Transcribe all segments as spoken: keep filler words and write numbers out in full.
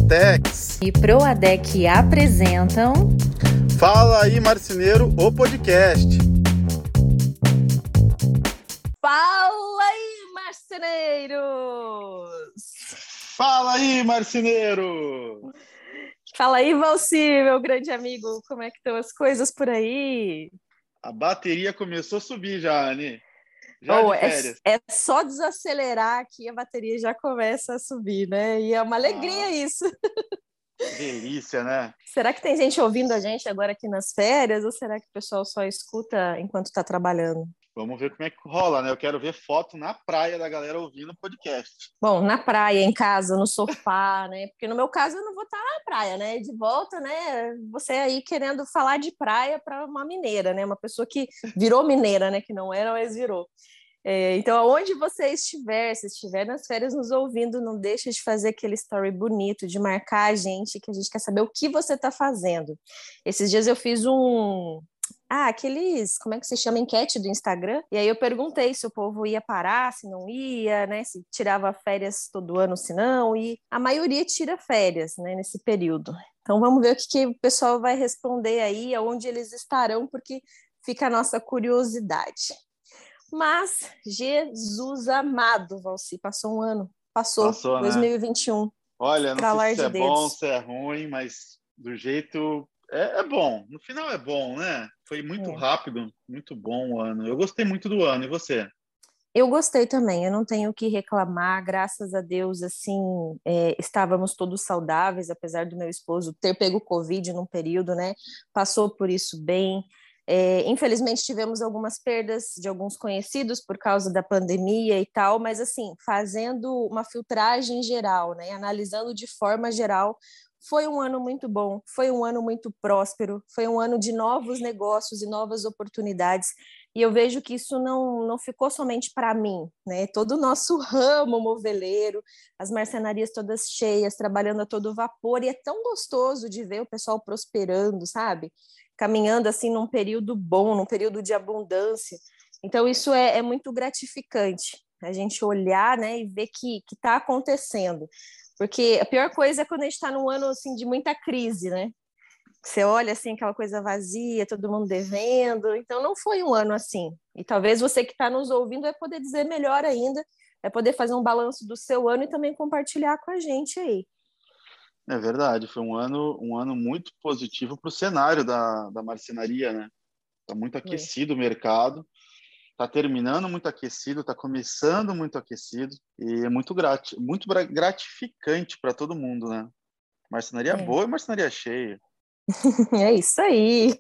Proatex e Proadec apresentam Fala aí, Marceneiro, o podcast. Fala aí, marceneiros! Fala aí, marceneiro! Fala aí, Valci, meu grande amigo, como é que estão as coisas por aí? A bateria começou a subir já, Ani. Já Oh, de é, férias. é só desacelerar que a bateria já começa a subir, né? E é uma alegria Ah, isso. delícia, né? Será que tem gente ouvindo a gente agora aqui nas férias ou será que o pessoal só escuta enquanto está trabalhando? Vamos ver como é que rola, né? Eu quero ver foto na praia da galera ouvindo o podcast. Bom, na praia, em casa, no sofá, né? Porque no meu caso eu não vou estar na praia, né? De volta, né? Você aí querendo falar de praia para uma mineira, né? Uma pessoa que virou mineira, né? Que não era, mas virou. É, então, aonde você estiver, se estiver nas férias nos ouvindo, não deixe de fazer aquele story bonito, de marcar a gente, que a gente quer saber o que você está fazendo. Esses dias eu fiz um... Ah, aqueles, como é que se chama, enquete do Instagram, e aí eu perguntei se o povo ia parar, se não ia, né, se tirava férias todo ano, se não, e a maioria tira férias, né, nesse período. Então vamos ver o que, que o pessoal vai responder aí, aonde eles estarão, porque fica a nossa curiosidade. Mas, Jesus amado, Valci, passou um ano, passou, Passou, né? dois mil e vinte e um, Olha, não sei estralar se de é bom, dedos. se é ruim, mas do jeito... É, é bom. No final é bom, né? Foi muito É. rápido, muito bom o ano. Eu gostei muito do ano. E você? Eu gostei também, eu não tenho o que reclamar, graças a Deus, assim, é, estávamos todos saudáveis, apesar do meu esposo ter pego Covid num período, né, passou por isso bem. É, infelizmente tivemos algumas perdas de alguns conhecidos por causa da pandemia e tal, mas assim, fazendo uma filtragem geral, né, analisando de forma geral, foi um ano muito bom, foi um ano muito próspero, foi um ano de novos negócios e novas oportunidades. E eu vejo que isso não, não ficou somente para mim, né? Todo o nosso ramo moveleiro, as marcenarias todas cheias, trabalhando a todo vapor, e é tão gostoso de ver o pessoal prosperando, sabe? Caminhando assim num período bom, num período de abundância. Então, isso é, é muito gratificante, a gente olhar, né, e ver que está acontecendo. Porque a pior coisa é quando a gente está num ano assim, de muita crise, né? Você olha assim, aquela coisa vazia, todo mundo devendo. Então, não foi um ano assim. E talvez você que está nos ouvindo vai poder dizer melhor ainda, vai poder fazer um balanço do seu ano e também compartilhar com a gente aí. É verdade, foi um ano, um ano muito positivo para o cenário da, da marcenaria, né? Está muito É. aquecido o mercado, está terminando muito aquecido, está começando muito aquecido e é muito, grati muito gratificante para todo mundo, né? Marcenaria É, boa e marcenaria cheia. é isso aí.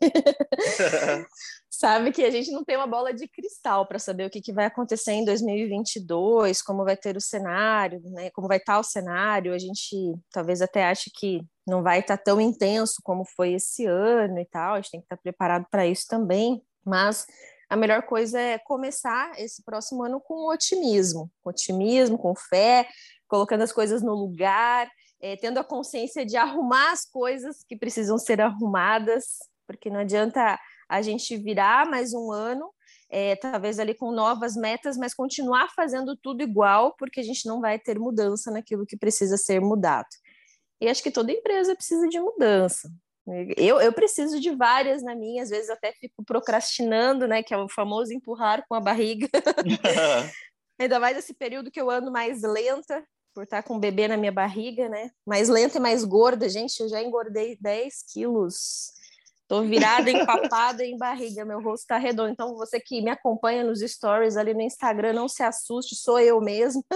Sabe que a gente não tem uma bola de cristal para saber o que, que vai acontecer em dois mil e vinte e dois, como vai ter o cenário, né? Como vai estar o cenário. A gente talvez até ache que não vai estar tão intenso como foi esse ano e tal. A gente tem que estar preparado para isso também. Mas a melhor coisa é começar esse próximo ano com otimismo, com otimismo, com fé, colocando as coisas no lugar, é, tendo a consciência de arrumar as coisas que precisam ser arrumadas, porque não adianta a gente virar mais um ano, é, talvez ali com novas metas, mas continuar fazendo tudo igual, porque a gente não vai ter mudança naquilo que precisa ser mudado. E acho que toda empresa precisa de mudança. Eu, eu preciso de várias na minha, às vezes até fico procrastinando, né, que é o famoso empurrar com a barriga. Ainda mais esse período que eu ando mais lenta, por estar com o bebê na minha barriga, né? Mais lenta e mais gorda, gente, eu já engordei dez quilos. Tô virada, empapada em barriga, meu rosto tá redondo. Então, você que me acompanha nos stories ali no Instagram, não se assuste, sou eu mesmo.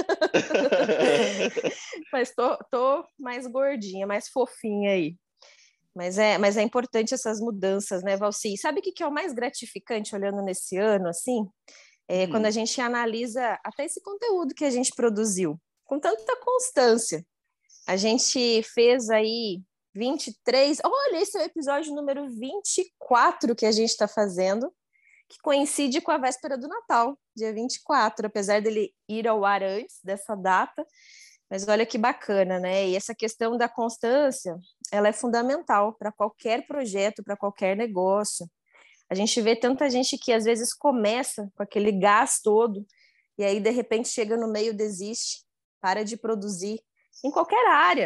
Mas tô, tô mais gordinha, mais fofinha aí. Mas é, mas é importante essas mudanças, né, Valci? Sabe o que, que é o mais gratificante olhando nesse ano, assim? É quando a Hum, gente analisa até esse conteúdo que a gente produziu, com tanta constância. A gente fez aí vinte e três. Olha, esse é o episódio número vinte e quatro que a gente está fazendo, que coincide com a véspera do Natal, dia vinte e quatro, apesar dele ir ao ar antes dessa data. Mas olha que bacana, né? E essa questão da constância, ela é fundamental para qualquer projeto, para qualquer negócio. A gente vê tanta gente que às vezes começa com aquele gás todo e aí de repente chega no meio, desiste, para de produzir em qualquer área.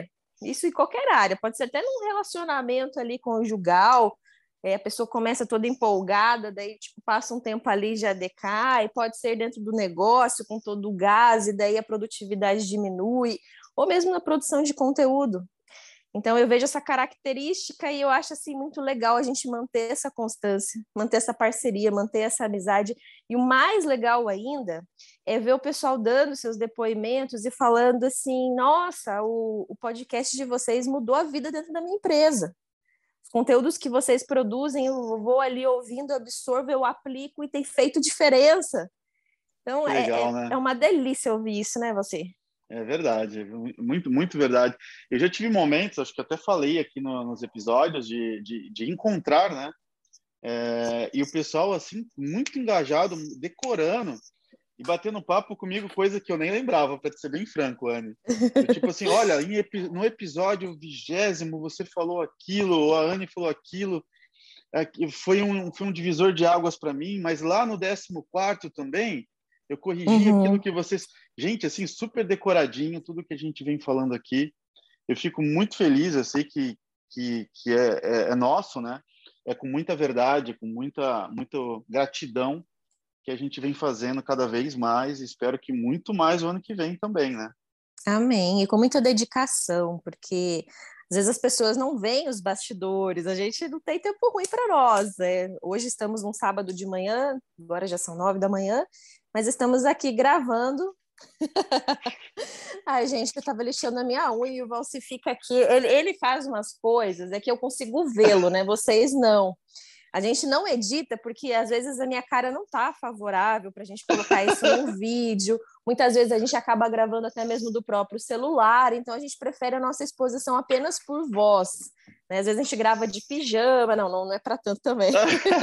Isso em qualquer área, pode ser até num relacionamento ali conjugal, é, a pessoa começa toda empolgada, daí tipo, passa um tempo ali e já decai, pode ser dentro do negócio, com todo o gás, e daí a produtividade diminui, ou mesmo na produção de conteúdo. Então, eu vejo essa característica e eu acho, assim, muito legal a gente manter essa constância, manter essa parceria, manter essa amizade. E o mais legal ainda é ver o pessoal dando seus depoimentos e falando assim, nossa, o, o podcast de vocês mudou a vida dentro da minha empresa. Os conteúdos que vocês produzem, eu vou ali ouvindo, absorvo, eu aplico e tem feito diferença. Então, Que é, legal, é, né? é uma delícia ouvir isso, né, você? É verdade, muito, muito verdade. Eu já tive momentos, acho que até falei aqui no, nos episódios, de, de, de encontrar, né? É, e o pessoal, assim, muito engajado, decorando e batendo papo comigo, coisa que eu nem lembrava, para ser bem franco, Anne. Eu, tipo assim, olha, em, no episódio vigésimo você falou aquilo, ou a Anne falou aquilo, é, foi, um, foi um divisor de águas para mim, mas lá no décimo quarto também, eu corrigi aquilo Uhum. que vocês... Gente, assim, super decoradinho, tudo que a gente vem falando aqui. Eu fico muito feliz, eu sei que, que, que é, é, é nosso, né? É com muita verdade, com muita, muita gratidão que a gente vem fazendo cada vez mais. Espero que muito mais o ano que vem também, né? Amém. E com muita dedicação, porque às vezes as pessoas não veem os bastidores, a gente não tem tempo ruim para nós. Né? Hoje estamos num sábado de manhã, agora já são nove da manhã, mas estamos aqui gravando. Ai, gente, que eu tava lixando a minha unha e o Valci fica aqui. Ele, ele faz umas coisas, é que eu consigo vê-lo, né? Vocês não. A gente não edita porque às vezes a minha cara não tá favorável para a gente colocar isso num vídeo. Muitas vezes a gente acaba gravando até mesmo do próprio celular, então a gente prefere a nossa exposição apenas por voz. Né? Às vezes a gente grava de pijama, não, não, não é para tanto também.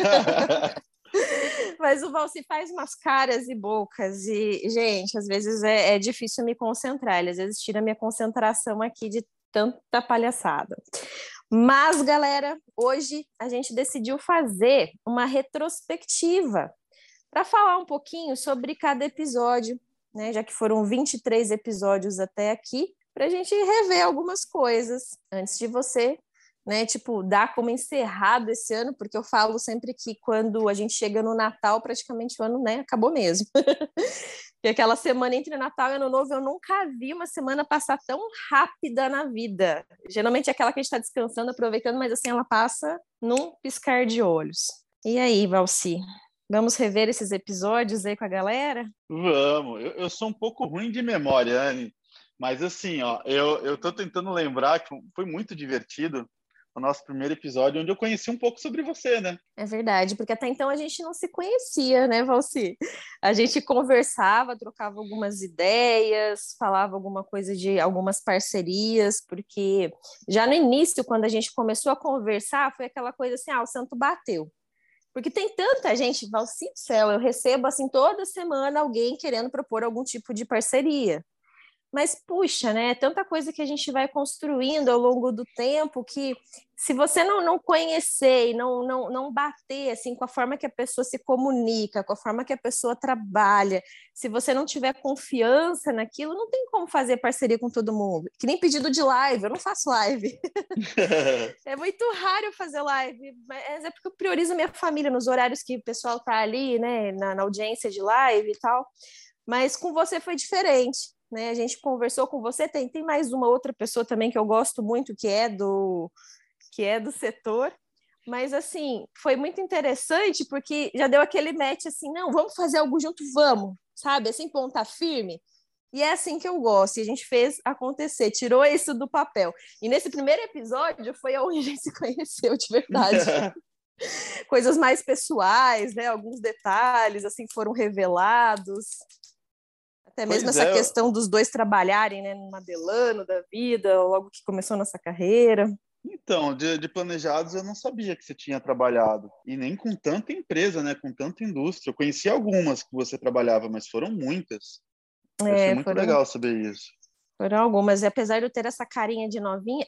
Mas o Valci faz umas caras e bocas e, gente, às vezes é, é difícil me concentrar. Ele às vezes tira a minha concentração aqui de tanta palhaçada. Mas, galera, hoje a gente decidiu fazer uma retrospectiva para falar um pouquinho sobre cada episódio, né? Já que foram vinte e três episódios até aqui, para a gente rever algumas coisas antes de você, né? Tipo, dar como encerrado esse ano, porque eu falo sempre que quando a gente chega no Natal, praticamente o ano, né, acabou mesmo. E aquela semana entre Natal e Ano Novo, eu nunca vi uma semana passar tão rápida na vida. Geralmente é aquela que a gente está descansando, aproveitando, mas assim, ela passa num piscar de olhos. E aí, Valci? Vamos rever esses episódios aí com a galera? Vamos. Eu, eu sou um pouco ruim de memória, Anne. Mas assim, ó, eu, eu tô tentando lembrar que foi muito divertido o nosso primeiro episódio, onde eu conheci um pouco sobre você, né? É verdade, porque até então a gente não se conhecia, né, Valci? A gente conversava, trocava algumas ideias, falava alguma coisa de algumas parcerias, porque já no início, quando a gente começou a conversar, foi aquela coisa assim, ah, o santo bateu. Porque tem tanta gente, Valci do céu, eu recebo assim toda semana alguém querendo propor algum tipo de parceria. Mas, puxa, né? É tanta coisa que a gente vai construindo ao longo do tempo que se você não, não conhecer e não, não, não bater assim, com a forma que a pessoa se comunica, com a forma que a pessoa trabalha, se você não tiver confiança naquilo, não tem como fazer parceria com todo mundo. Que nem pedido de live, eu não faço live. É muito raro eu fazer live, mas é porque eu priorizo minha família nos horários que o pessoal tá ali, né, na, na audiência de live e tal. Mas com você foi diferente. Né? A gente conversou com você, tem, tem mais uma outra pessoa também que eu gosto muito, que é do, que é do setor, mas assim, foi muito interessante porque já deu aquele match assim, não, vamos fazer algo junto, vamos, sabe? Assim, ponta firme. E é assim que eu gosto, e a gente fez acontecer, tirou isso do papel. E nesse primeiro episódio foi onde a gente se conheceu de verdade. Coisas mais pessoais, né? Alguns detalhes assim foram revelados. Até mesmo Pois essa é, questão dos dois trabalharem, né, numa Delano da vida, logo que começou nossa carreira. então, de, de planejados eu não sabia que você tinha trabalhado. E nem com tanta empresa, né? Com tanta indústria. Eu conheci algumas que você trabalhava, mas foram muitas. Eu achei É, muito foram, legal saber isso. foram algumas. E apesar de eu ter essa carinha de novinha,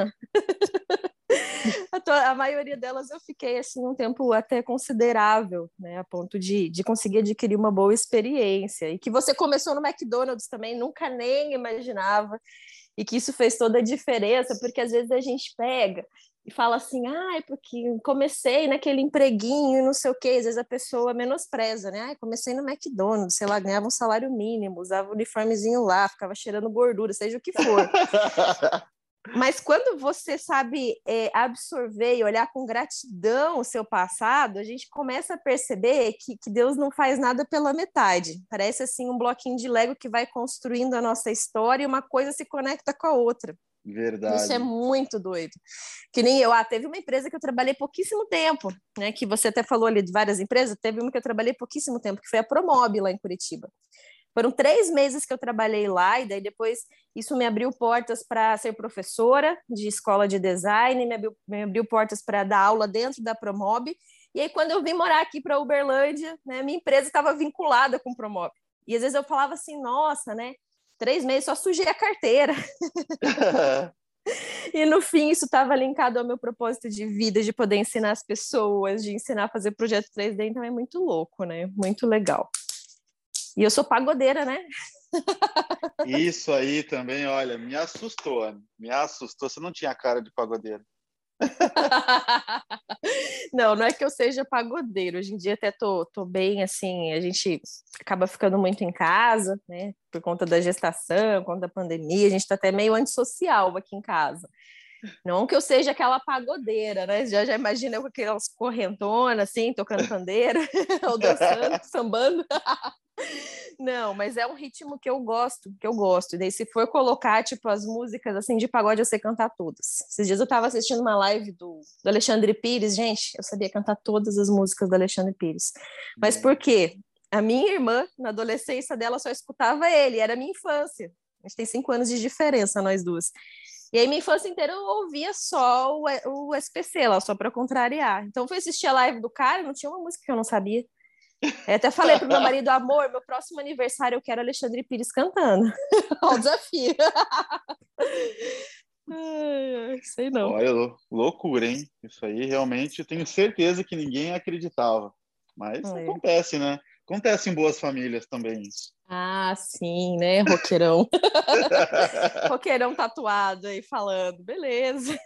a, to- a maioria delas eu fiquei assim um tempo até considerável, né, a ponto de, de conseguir adquirir uma boa experiência. E que você começou no McDonald's também, nunca nem imaginava. e que isso fez toda a diferença, porque às vezes a gente pega e fala assim, ah, é porque comecei naquele empreguinho, não sei o quê, às vezes a pessoa menospreza, né? Ah, comecei no McDonald's, sei lá, ganhava um salário mínimo, usava o uniformezinho lá, ficava cheirando gordura, seja o que for. Mas quando você sabe é, absorver e olhar com gratidão o seu passado, a gente começa a perceber que, que Deus não faz nada pela metade. Parece assim um bloquinho de Lego que vai construindo a nossa história e uma coisa se conecta com a outra. Isso é Verdade. muito doido. Que nem eu. Ah, teve uma empresa que eu trabalhei pouquíssimo tempo, né? Que você até falou ali de várias empresas. Teve uma que eu trabalhei pouquíssimo tempo, que foi a Promob lá em Curitiba. Foram três meses que eu trabalhei lá e daí depois isso me abriu portas para ser professora de escola de design, me abriu, me abriu portas para dar aula dentro da Promob. E aí quando eu vim morar aqui para Uberlândia, né, minha empresa estava vinculada com Promob. E às vezes eu falava assim, nossa, né? Três meses só sujei a carteira. E no fim isso estava linkado ao meu propósito de vida, de poder ensinar as pessoas, de ensinar a fazer projeto três D, então é muito louco, né? Muito legal. E eu sou pagodeira, né? Isso aí também, olha, me assustou, Anne. Me assustou. Você não tinha cara de pagodeiro. Não, não é que eu seja pagodeiro. Hoje em dia até tô, tô bem, assim, a gente acaba ficando muito em casa, né? Por conta da gestação, por conta da pandemia, a gente tá até meio antissocial aqui em casa. Não que eu seja aquela pagodeira, né? Já, já imagina eu com aquelas correntonas, assim, tocando pandeiro, ou dançando, sambando. Não, mas é um ritmo que eu gosto, que eu gosto. E daí, se for colocar, tipo, as músicas, assim, de pagode, eu sei cantar todas. Esses dias eu tava assistindo uma live do, do Alexandre Pires, gente, eu sabia cantar todas as músicas do Alexandre Pires. Mas por quê? A minha irmã, na adolescência dela, só escutava ele, era a minha infância. A gente tem cinco anos de diferença, nós duas. E aí, minha infância inteira, eu ouvia só o, o S P C lá, só para contrariar. Então, eu fui assistir a live do cara, não tinha uma música que eu não sabia. Eu até falei pro meu marido, amor, meu próximo aniversário eu quero Alexandre Pires cantando. Olha o desafio. Ai, sei não. Olha, loucura, hein? Isso aí realmente eu tenho certeza que ninguém acreditava. Mas É. acontece, né? Acontece em boas famílias também isso. Ah, sim, né? Roqueirão. Roqueirão tatuado aí falando, beleza.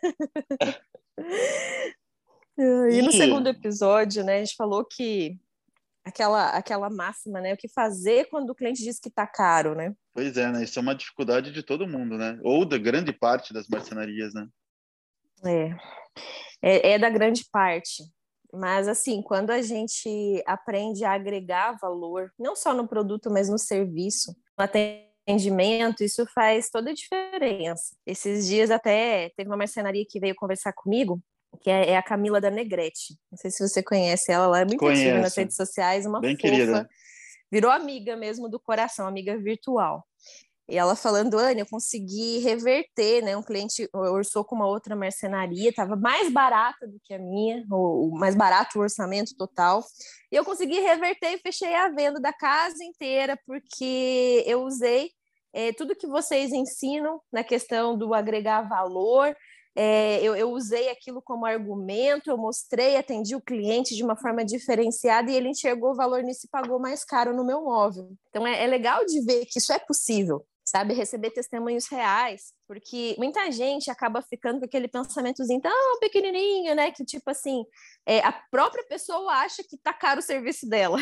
E no E, segundo episódio, né, a gente falou que aquela, aquela máxima, né? O que fazer quando o cliente diz que tá caro, né? pois é, né? Isso é uma dificuldade de todo mundo, né? Ou da grande parte das marcenarias, né? É, é, é da grande parte. Mas, assim, quando a gente aprende a agregar valor, não só no produto, mas no serviço, no atendimento, isso faz toda a diferença. Esses dias até teve uma marcenaria que veio conversar comigo, que é, é a Camila da Negrete. Não sei se você conhece ela, ela é muito ativa nas Conheço. redes sociais, uma Bem fofa. querida. Virou amiga mesmo do coração, amiga virtual. E ela falando, Anne, eu consegui reverter, né? Um cliente orçou com uma outra marcenaria, estava mais barata do que a minha, ou mais barato o orçamento total. E eu consegui reverter e fechei a venda da casa inteira, porque eu usei é, tudo que vocês ensinam na questão do agregar valor. É, eu, eu usei aquilo como argumento, eu mostrei, atendi o cliente de uma forma diferenciada e ele enxergou o valor nisso e pagou mais caro no meu móvel. Então é, é legal de ver que isso é possível, sabe? Receber testemunhos reais, porque muita gente acaba ficando com aquele pensamentozinho tão pequenininho, né? Que tipo assim, é, a própria pessoa acha que tá caro o serviço dela.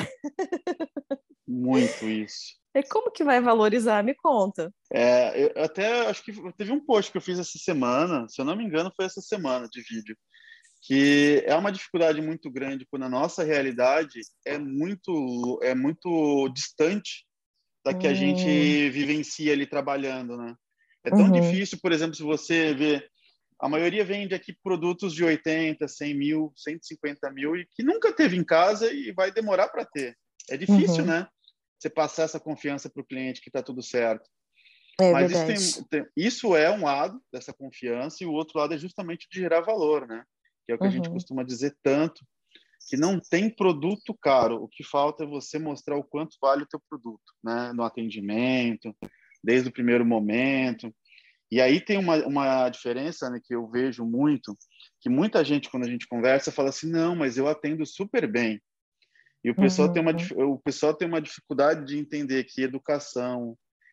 Muito isso. E como que vai valorizar? Me conta. É, eu até acho que teve um post que eu fiz essa semana, se eu não me engano, foi essa semana de vídeo, que é uma dificuldade muito grande quando a nossa realidade é muito é muito distante da que a gente Hum, vivencia ali trabalhando, né? É tão uhum, difícil, por exemplo, se você vê, a maioria vende aqui produtos de oitenta, cem mil, cento e cinquenta mil e que nunca teve em casa e vai demorar para ter. É difícil, uhum. né? Você passar essa confiança para o cliente que está tudo certo. É Mas isso, verdade. tem, tem, isso é um lado dessa confiança e o outro lado é justamente de gerar valor, né? Que é o que a gente Uhum, costuma dizer tanto, que não tem produto caro. O que falta é você mostrar o quanto vale o teu produto, né? No atendimento, desde o primeiro momento. E aí tem uma, uma diferença, né, que eu vejo muito, que muita gente, quando a gente conversa, fala assim, não, mas eu atendo super bem. E o pessoal tem uma, uhum, o pessoal tem uma dificuldade de entender que educação,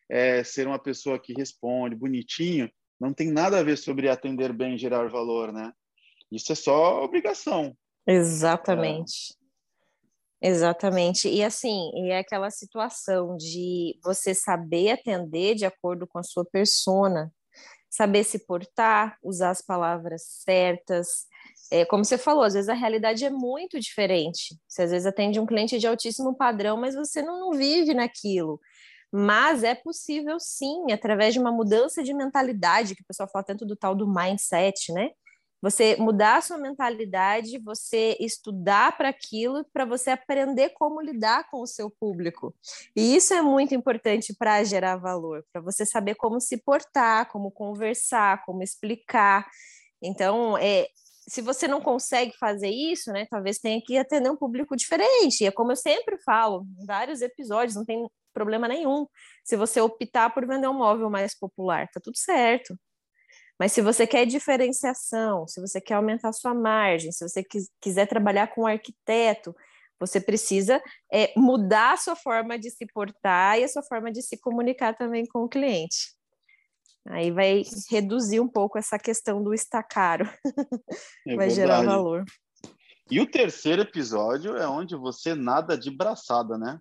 é, ser uma pessoa que responde bonitinho, não tem nada a ver sobre atender bem e gerar valor, né? Isso é só obrigação. Exatamente. É. Exatamente. E assim, e é aquela situação de você saber atender de acordo com a sua persona, saber se portar, usar as palavras certas. É, como você falou, às vezes a realidade é muito diferente. Você às vezes atende um cliente de altíssimo padrão, mas você não, não vive naquilo. Mas é possível sim, através de uma mudança de mentalidade, que o pessoal fala tanto do tal do mindset, né? Você mudar a sua mentalidade, você estudar para aquilo, para você aprender como lidar com o seu público. E isso é muito importante para gerar valor, para você saber como se portar, como conversar, como explicar. Então, é, se você não consegue fazer isso, né, talvez tenha que atender um público diferente. E é como eu sempre falo, em vários episódios, não tem problema nenhum. Se você optar por vender um móvel mais popular, tá tudo certo. Mas se você quer diferenciação, se você quer aumentar sua margem, se você quis, quiser trabalhar com um arquiteto, você precisa é, mudar a sua forma de se portar e a sua forma de se comunicar também com o cliente. Aí vai reduzir um pouco essa questão do está caro. É Vai gerar verdade. valor. E o terceiro episódio é onde você nada de braçada, né?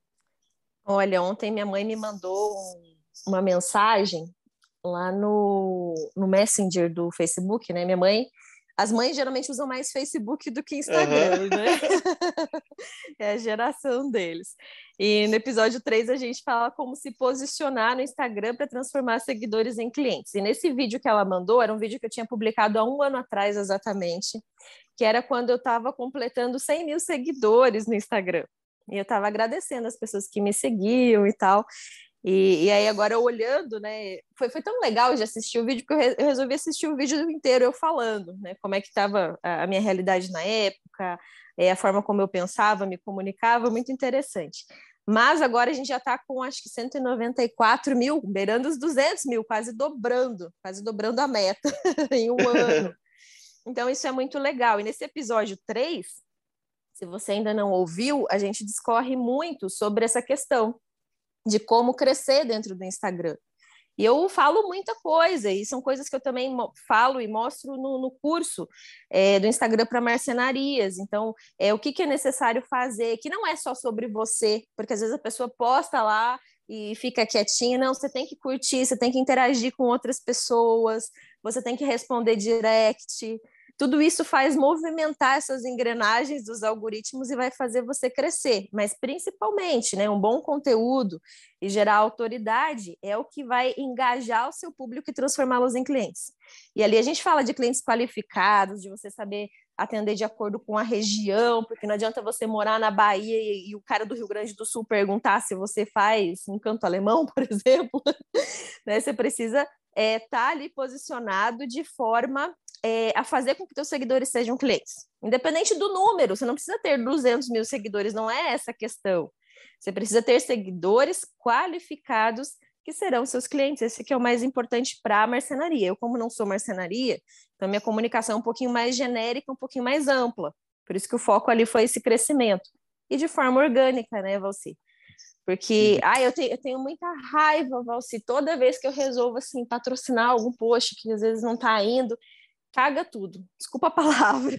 Olha, ontem minha mãe me mandou um, uma mensagem lá no, no Messenger do Facebook, né? Minha mãe, as mães geralmente usam mais Facebook do que Instagram, Uhum. né? É a geração deles. E no episódio três a gente fala como se posicionar no Instagram para transformar seguidores em clientes. E nesse vídeo que ela mandou, era um vídeo que eu tinha publicado há um ano atrás exatamente, que era quando eu estava completando cem mil seguidores no Instagram. E eu estava agradecendo as pessoas que me seguiam e tal. E, e aí agora eu olhando, né, foi, foi tão legal de assistir o vídeo que eu, re, eu resolvi assistir o vídeo inteiro eu falando, né, como é que estava a, a minha realidade na época, é, a forma como eu pensava, me comunicava, muito interessante. Mas agora a gente já está com acho que cento e noventa e quatro mil, beirando os duzentos mil, quase dobrando, quase dobrando a meta em um ano. Então isso é muito legal. E nesse episódio três, se você ainda não ouviu, a gente discorre muito sobre essa questão de como crescer dentro do Instagram. E eu falo muita coisa, e são coisas que eu também falo e mostro no, no curso é, do Instagram para marcenarias. Então, é, o que, que é necessário fazer, que não é só sobre você, porque às vezes a pessoa posta lá e fica quietinha. Não, você tem que curtir, você tem que interagir com outras pessoas, você tem que responder direct. Tudo isso faz movimentar essas engrenagens dos algoritmos e vai fazer você crescer. Mas, principalmente, né, um bom conteúdo e gerar autoridade é o que vai engajar o seu público e transformá-los em clientes. E ali a gente fala de clientes qualificados, de você saber atender de acordo com a região, porque não adianta você morar na Bahia e, e o cara do Rio Grande do Sul perguntar se você faz um canto alemão, por exemplo. Né? Você precisa estar é, tá ali posicionado de forma é, a fazer com que seus seguidores sejam clientes. Independente do número, você não precisa ter duzentos mil seguidores, não é essa a questão. Você precisa ter seguidores qualificados que serão seus clientes. Esse que é o mais importante para a marcenaria. Eu, como não sou marcenaria, então minha comunicação é um pouquinho mais genérica, um pouquinho mais ampla. Por isso que o foco ali foi esse crescimento. E de forma orgânica, né, Valci? Porque, ah, eu, te, eu tenho muita raiva, Valci, toda vez que eu resolvo, assim, patrocinar algum post que às vezes não está indo, caga tudo, desculpa a palavra.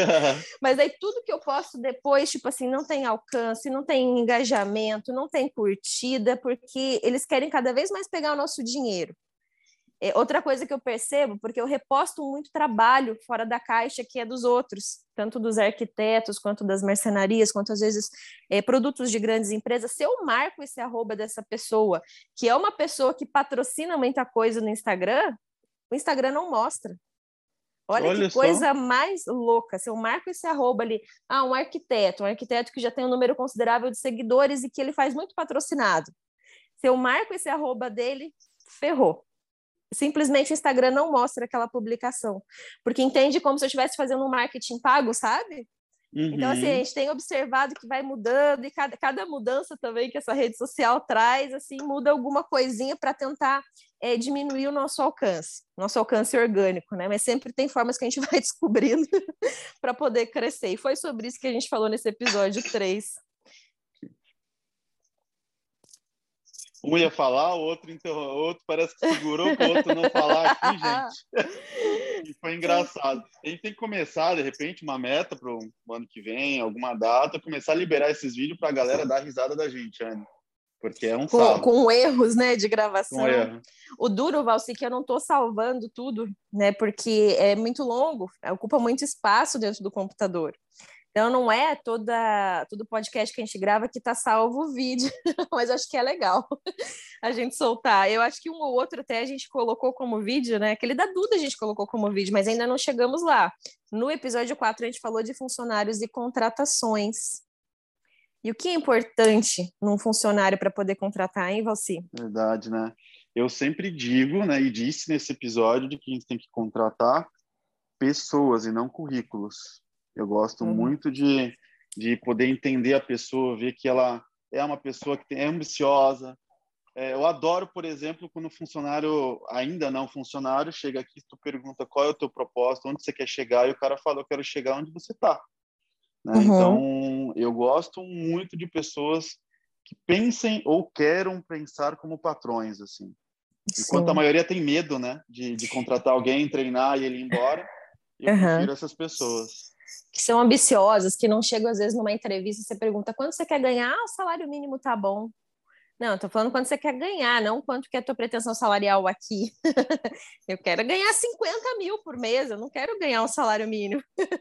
Mas aí tudo que eu posto depois, tipo assim, não tem alcance, não tem engajamento, não tem curtida, porque eles querem cada vez mais pegar o nosso dinheiro. É, outra coisa que eu percebo, porque eu reposto muito trabalho fora da caixa que é dos outros, tanto dos arquitetos, quanto das marcenarias, quanto às vezes é, produtos de grandes empresas. Se eu marco esse arroba dessa pessoa, que é uma pessoa que patrocina muita coisa no Instagram, o Instagram não mostra. Olha, Olha que só. coisa mais louca. Se eu marco esse arroba ali, ah, um arquiteto, um arquiteto que já tem um número considerável de seguidores e que ele faz muito patrocinado. Se eu marco esse arroba dele, ferrou. Simplesmente o Instagram não mostra aquela publicação, porque entende como se eu estivesse fazendo um marketing pago, sabe? Uhum. Então, assim, a gente tem observado que vai mudando, e cada, cada mudança também que essa rede social traz, assim, muda alguma coisinha para tentar é, diminuir o nosso alcance, nosso alcance orgânico, né? Mas sempre tem formas que a gente vai descobrindo para poder crescer. E foi sobre isso que a gente falou nesse episódio três. Um ia falar, o outro, inter... o outro parece que segurou para o outro não falar aqui, gente. E foi engraçado. A gente tem que começar, de repente, uma meta para o ano que vem, alguma data, começar a liberar esses vídeos para a galera dar risada da gente, Anne. Porque é um com, sarro. com erros, né, de gravação. Com erro. O duro, Valci, que eu não estou salvando tudo, né, porque é muito longo, ocupa muito espaço dentro do computador. Então, não é toda, todo podcast que a gente grava que está salvo o vídeo, mas acho que é legal a gente soltar. Eu acho que um ou outro até a gente colocou como vídeo, né? Aquele da Duda a gente colocou como vídeo, mas ainda não chegamos lá. No episódio quatro, a gente falou de funcionários e contratações. E o que é importante num funcionário para poder contratar, hein, Valci? Verdade, né? Eu sempre digo, né, e disse nesse episódio, de que a gente tem que contratar pessoas e não currículos. Eu gosto uhum. muito de, de poder entender a pessoa, ver que ela é uma pessoa que tem, é ambiciosa. É, eu adoro, por exemplo, quando o funcionário, ainda não funcionário, chega aqui e tu pergunta qual é o teu propósito, onde você quer chegar, e o cara fala, eu quero chegar onde você está. Né? Uhum. Então, eu gosto muito de pessoas que pensem ou queiram pensar como patrões, assim. Enquanto a maioria tem medo, né, de, de contratar alguém, treinar e ele ir embora, eu uhum. prefiro essas pessoas. Que são ambiciosas, que não chegam às vezes numa entrevista e você pergunta quanto você quer ganhar? Ah, o salário mínimo tá bom. Não, eu tô falando quanto você quer ganhar, não quanto que é a tua pretensão salarial aqui. Eu quero ganhar cinquenta mil por mês, eu não quero ganhar um salário mínimo.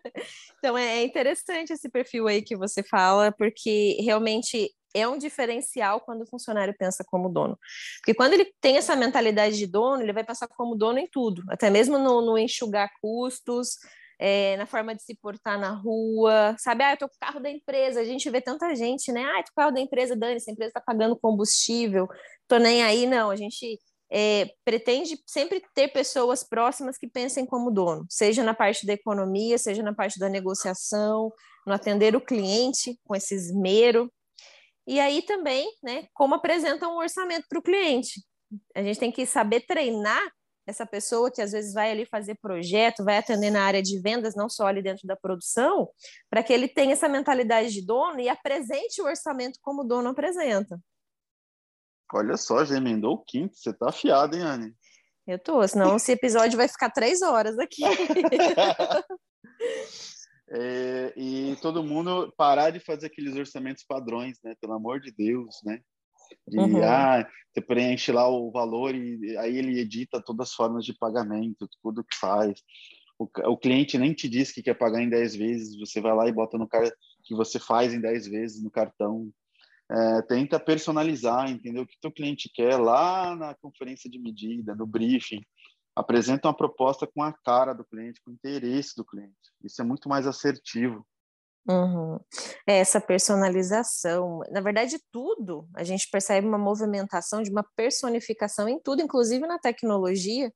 Então é interessante esse perfil aí que você fala, porque realmente é um diferencial quando o funcionário pensa como dono. Porque quando ele tem essa mentalidade de dono, ele vai pensar como dono em tudo, até mesmo no, no enxugar custos, é, na forma de se portar na rua, sabe? Ah, eu tô com o carro da empresa, a gente vê tanta gente, né? Ah, tô com o carro da empresa, Dani, essa empresa tá pagando combustível, tô nem aí, não. A gente é, pretende sempre ter pessoas próximas que pensem como dono, seja na parte da economia, seja na parte da negociação, no atender o cliente com esse esmero. E aí também, né, como apresenta um orçamento para o cliente. A gente tem que saber treinar essa pessoa que às vezes vai ali fazer projeto, vai atender na área de vendas, não só ali dentro da produção, para que ele tenha essa mentalidade de dono e apresente o orçamento como o dono apresenta. Olha só, já emendou o quinto, você tá afiada, hein, Anne? Eu tô, senão esse episódio vai ficar três horas aqui. É, e todo mundo parar de fazer aqueles orçamentos padrões, né? Pelo amor de Deus, né? De, uhum. ah, você preenche lá o valor e aí ele edita todas as formas de pagamento, tudo que faz. O, o cliente nem te diz que quer pagar em dez vezes, você vai lá e bota no cara que você faz em dez vezes no cartão. É, tenta personalizar, entendeu? O que o cliente quer lá na conferência de medida, no briefing. Apresenta uma proposta com a cara do cliente, com o interesse do cliente. Isso é muito mais assertivo. Uhum. Essa personalização, na verdade, tudo, a gente percebe uma movimentação de uma personificação em tudo, inclusive na tecnologia,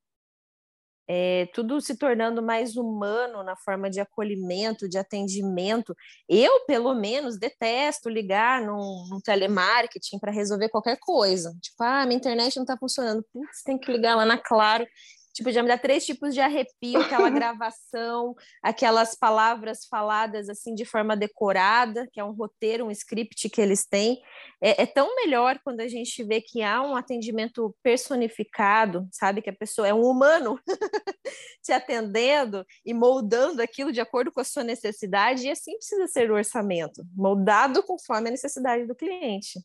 é, tudo se tornando mais humano na forma de acolhimento, de atendimento. Eu, pelo menos, detesto ligar num, num telemarketing para resolver qualquer coisa. Tipo, ah, minha internet não está funcionando. Putz, tem que ligar lá na Claro. Tipo, já me dá três tipos de arrepio, aquela gravação, aquelas palavras faladas assim de forma decorada, que é um roteiro, um script que eles têm. É, é tão melhor quando a gente vê que há um atendimento personificado, sabe? Que a pessoa é um humano te atendendo e moldando aquilo de acordo com a sua necessidade, e assim precisa ser o orçamento, moldado conforme a necessidade do cliente.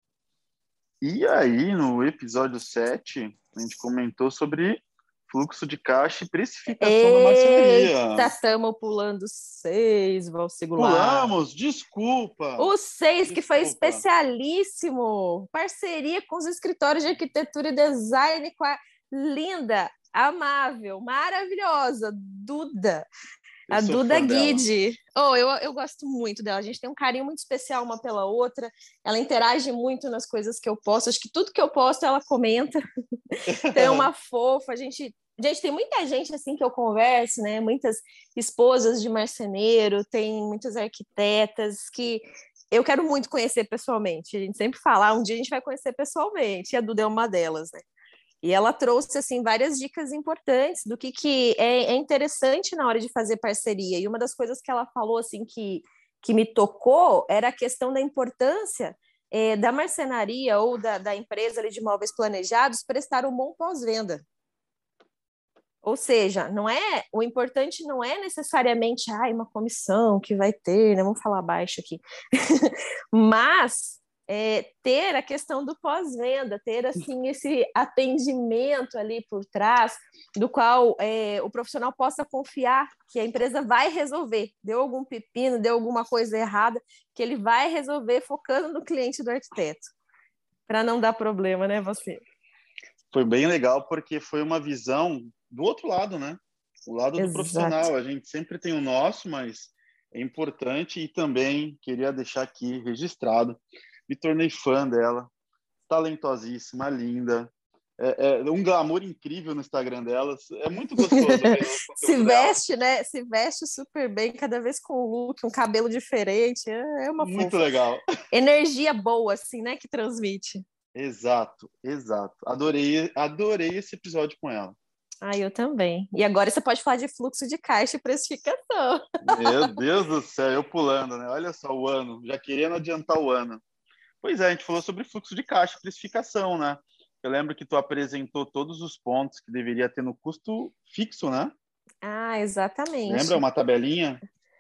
E aí, no episódio sete, a gente comentou sobre fluxo de caixa e precificação Eita, da marcenaria. Estamos pulando seis, Valsigular. Pulamos, desculpa. O seis, desculpa. Que foi especialíssimo. Parceria com os escritórios de arquitetura e design com a linda, amável, maravilhosa Duda. Eu a Duda Guide. Oh, eu, eu gosto muito dela. A gente tem um carinho muito especial uma pela outra. Ela interage muito nas coisas que eu posto. Acho que tudo que eu posto ela comenta. Então é uma fofa. A gente, gente, tem muita gente assim que eu converso, né? Muitas esposas de marceneiro, tem muitas arquitetas que eu quero muito conhecer pessoalmente. A gente sempre fala, ah, um dia a gente vai conhecer pessoalmente. E a Duda é uma delas, né? E ela trouxe assim várias dicas importantes do que, que é, é interessante na hora de fazer parceria. E uma das coisas que ela falou assim que, que me tocou era a questão da importância é, da marcenaria ou da, da empresa ali de móveis planejados prestar um bom pós-venda. Ou seja, não é, o importante não é necessariamente ai, uma comissão que vai ter, né? Vamos falar baixo aqui. Mas é, ter a questão do pós-venda, ter assim esse atendimento ali por trás, do qual é, o profissional possa confiar que a empresa vai resolver. Deu algum pepino, deu alguma coisa errada, que ele vai resolver focando no cliente do arquiteto, para não dar problema, né, você? Foi bem legal porque foi uma visão do outro lado, né? O lado do Exato. profissional. A gente sempre tem o nosso, mas é importante, e também queria deixar aqui registrado, me tornei fã dela, talentosíssima, linda, é, é um glamour incrível no Instagram dela, é muito gostoso ver o conteúdo Se dela. veste, né? Se veste super bem, cada vez com um look, um cabelo diferente, é uma Muito fofa. legal. Energia boa, assim, né? Que transmite. Exato, exato. Adorei, adorei esse episódio com ela. Ah, eu também. E agora você pode falar de fluxo de caixa e precificação. Meu Deus do céu, eu pulando, né? Olha só o ano, já querendo adiantar o ano. Pois é, a gente falou sobre fluxo de caixa, precificação, né? Eu lembro que tu apresentou todos os pontos que deveria ter no custo fixo, né? Ah, exatamente. Lembra uma tabelinha?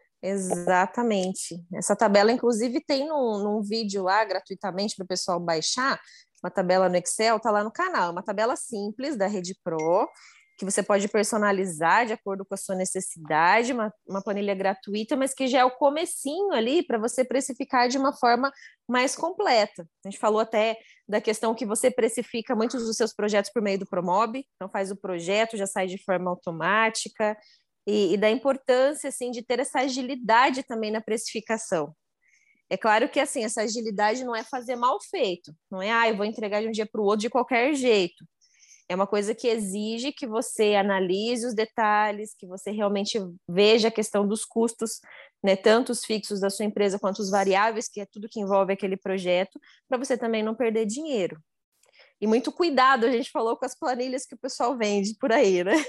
Exatamente. Essa tabela, inclusive, tem num, num vídeo lá, gratuitamente, para o pessoal baixar, uma tabela no Excel, tá lá no canal. Uma tabela simples da Rede Pro, que você pode personalizar de acordo com a sua necessidade, uma, uma planilha gratuita, mas que já é o comecinho ali para você precificar de uma forma mais completa. A gente falou até da questão que você precifica muitos dos seus projetos por meio do Promob, então faz o projeto, já sai de forma automática, e, e da importância assim, de ter essa agilidade também na precificação. É claro que assim, essa agilidade não é fazer mal feito, não é, ah, eu vou entregar de um dia para o outro de qualquer jeito. É uma coisa que exige que você analise os detalhes, que você realmente veja a questão dos custos, né, tanto os fixos da sua empresa quanto os variáveis, que é tudo que envolve aquele projeto, para você também não perder dinheiro. E muito cuidado, a gente falou com as planilhas que o pessoal vende por aí, né?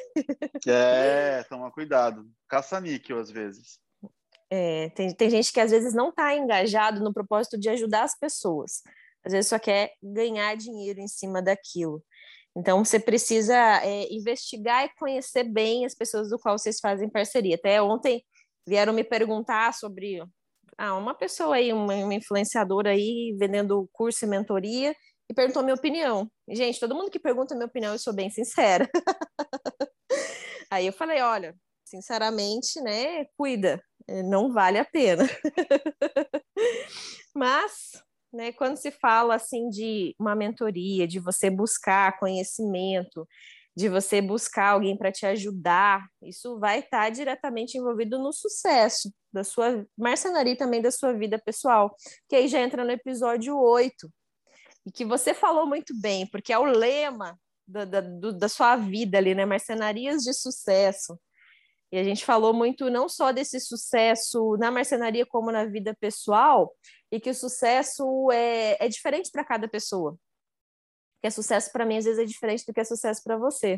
É, toma cuidado. Caça-níquel, às vezes. É, tem, tem gente que às vezes não está engajado no propósito de ajudar as pessoas. Às vezes só quer ganhar dinheiro em cima daquilo. Então, você precisa é, investigar e conhecer bem as pessoas do qual vocês fazem parceria. Até ontem vieram me perguntar sobre ah, uma pessoa aí, uma, uma influenciadora aí, vendendo curso e mentoria, e perguntou minha opinião. Gente, todo mundo que pergunta minha opinião, eu sou bem sincera. Aí eu falei, olha, sinceramente, né, cuida, não vale a pena. Mas... Né, quando se fala assim de uma mentoria, de você buscar conhecimento, de você buscar alguém para te ajudar, isso vai estar diretamente envolvido no sucesso da sua marcenaria e também da sua vida pessoal, que aí já entra no episódio oito, e que você falou muito bem, porque é o lema da, da, do, da sua vida ali, né? Marcenarias de sucesso. E a gente falou muito não só desse sucesso na marcenaria como na vida pessoal, e que o sucesso é, é diferente para cada pessoa. Que é sucesso para mim às vezes é diferente do que é sucesso para você.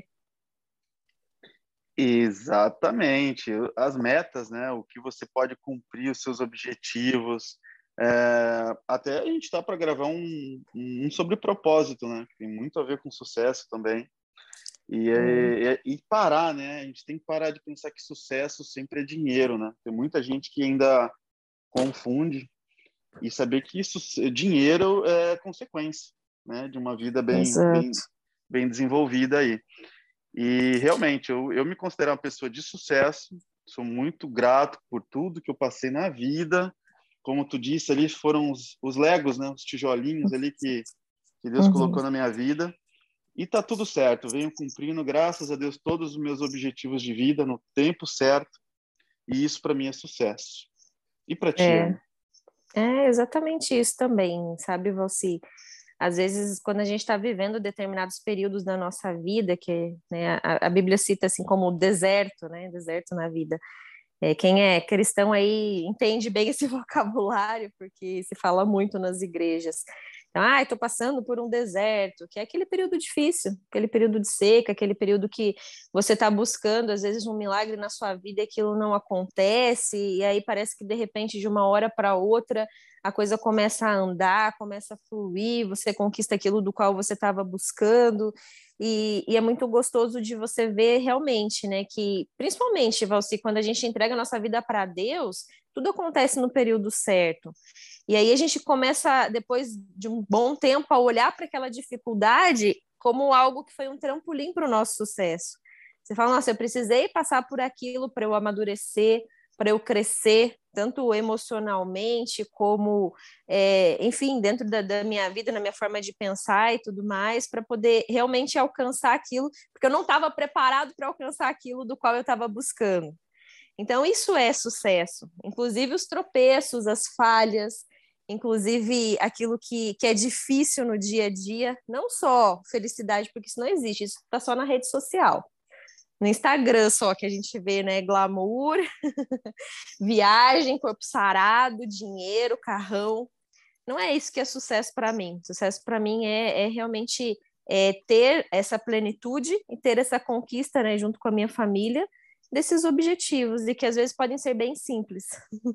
Exatamente. As metas, né? O que você pode cumprir, os seus objetivos. É, até a gente está para gravar um, um sobre propósito, né? Tem muito a ver com sucesso também. E, é, é, e parar, né? A gente tem que parar de pensar que sucesso sempre é dinheiro, né? Tem muita gente que ainda confunde, e saber que isso, dinheiro é consequência, né? De uma vida bem, bem, bem desenvolvida aí. E realmente, eu, eu me considero uma pessoa de sucesso, sou muito grato por tudo que eu passei na vida. Como tu disse, ali foram os, os legos, né? Os tijolinhos ali que, que Deus uhum. colocou na minha vida. E tá tudo certo, venho cumprindo, graças a Deus, todos os meus objetivos de vida no tempo certo, e isso para mim é sucesso. E para ti? É, é exatamente isso também, sabe, Valci? Às vezes, quando a gente está vivendo determinados períodos da nossa vida, que né, a, a Bíblia cita assim como deserto, né, deserto na vida. É, quem é cristão aí entende bem esse vocabulário, porque se fala muito nas igrejas. Então, ah, estou passando por um deserto, que é aquele período difícil, aquele período de seca, aquele período que você está buscando, às vezes, um milagre na sua vida e aquilo não acontece, e aí parece que, de repente, de uma hora para outra, a coisa começa a andar, começa a fluir, você conquista aquilo do qual você estava buscando, e, e é muito gostoso de você ver realmente, né, que, principalmente, Valci, quando a gente entrega a nossa vida para Deus, tudo acontece no período certo. E aí a gente começa, depois de um bom tempo, a olhar para aquela dificuldade como algo que foi um trampolim para o nosso sucesso. Você fala, nossa, eu precisei passar por aquilo para eu amadurecer, para eu crescer, tanto emocionalmente como, é, enfim, dentro da, da minha vida, na minha forma de pensar e tudo mais, para poder realmente alcançar aquilo, porque eu não estava preparado para alcançar aquilo do qual eu estava buscando. Então, isso é sucesso. Inclusive os tropeços, as falhas, inclusive aquilo que, que é difícil no dia a dia, não só felicidade, porque isso não existe, isso está só na rede social. No Instagram só que a gente vê, né, glamour, viagem, corpo sarado, dinheiro, carrão. Não é isso que é sucesso para mim. Sucesso para mim é, é realmente é, ter essa plenitude e ter essa conquista, né, junto com a minha família, desses objetivos, e que às vezes podem ser bem simples.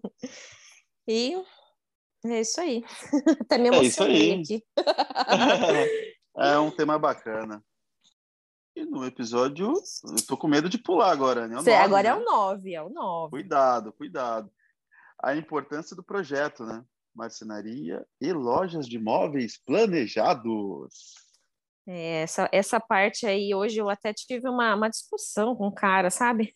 E é isso aí. Até me É isso emocionei aí. aqui. É um tema bacana. E no episódio, eu tô com medo de pular agora, né? O Cê, nove, agora é né? o nove, é o nove. Cuidado, cuidado. A importância do projeto, né? Marcenaria e lojas de móveis planejados. É, essa, essa parte aí, hoje eu até tive uma, uma discussão com um cara, sabe?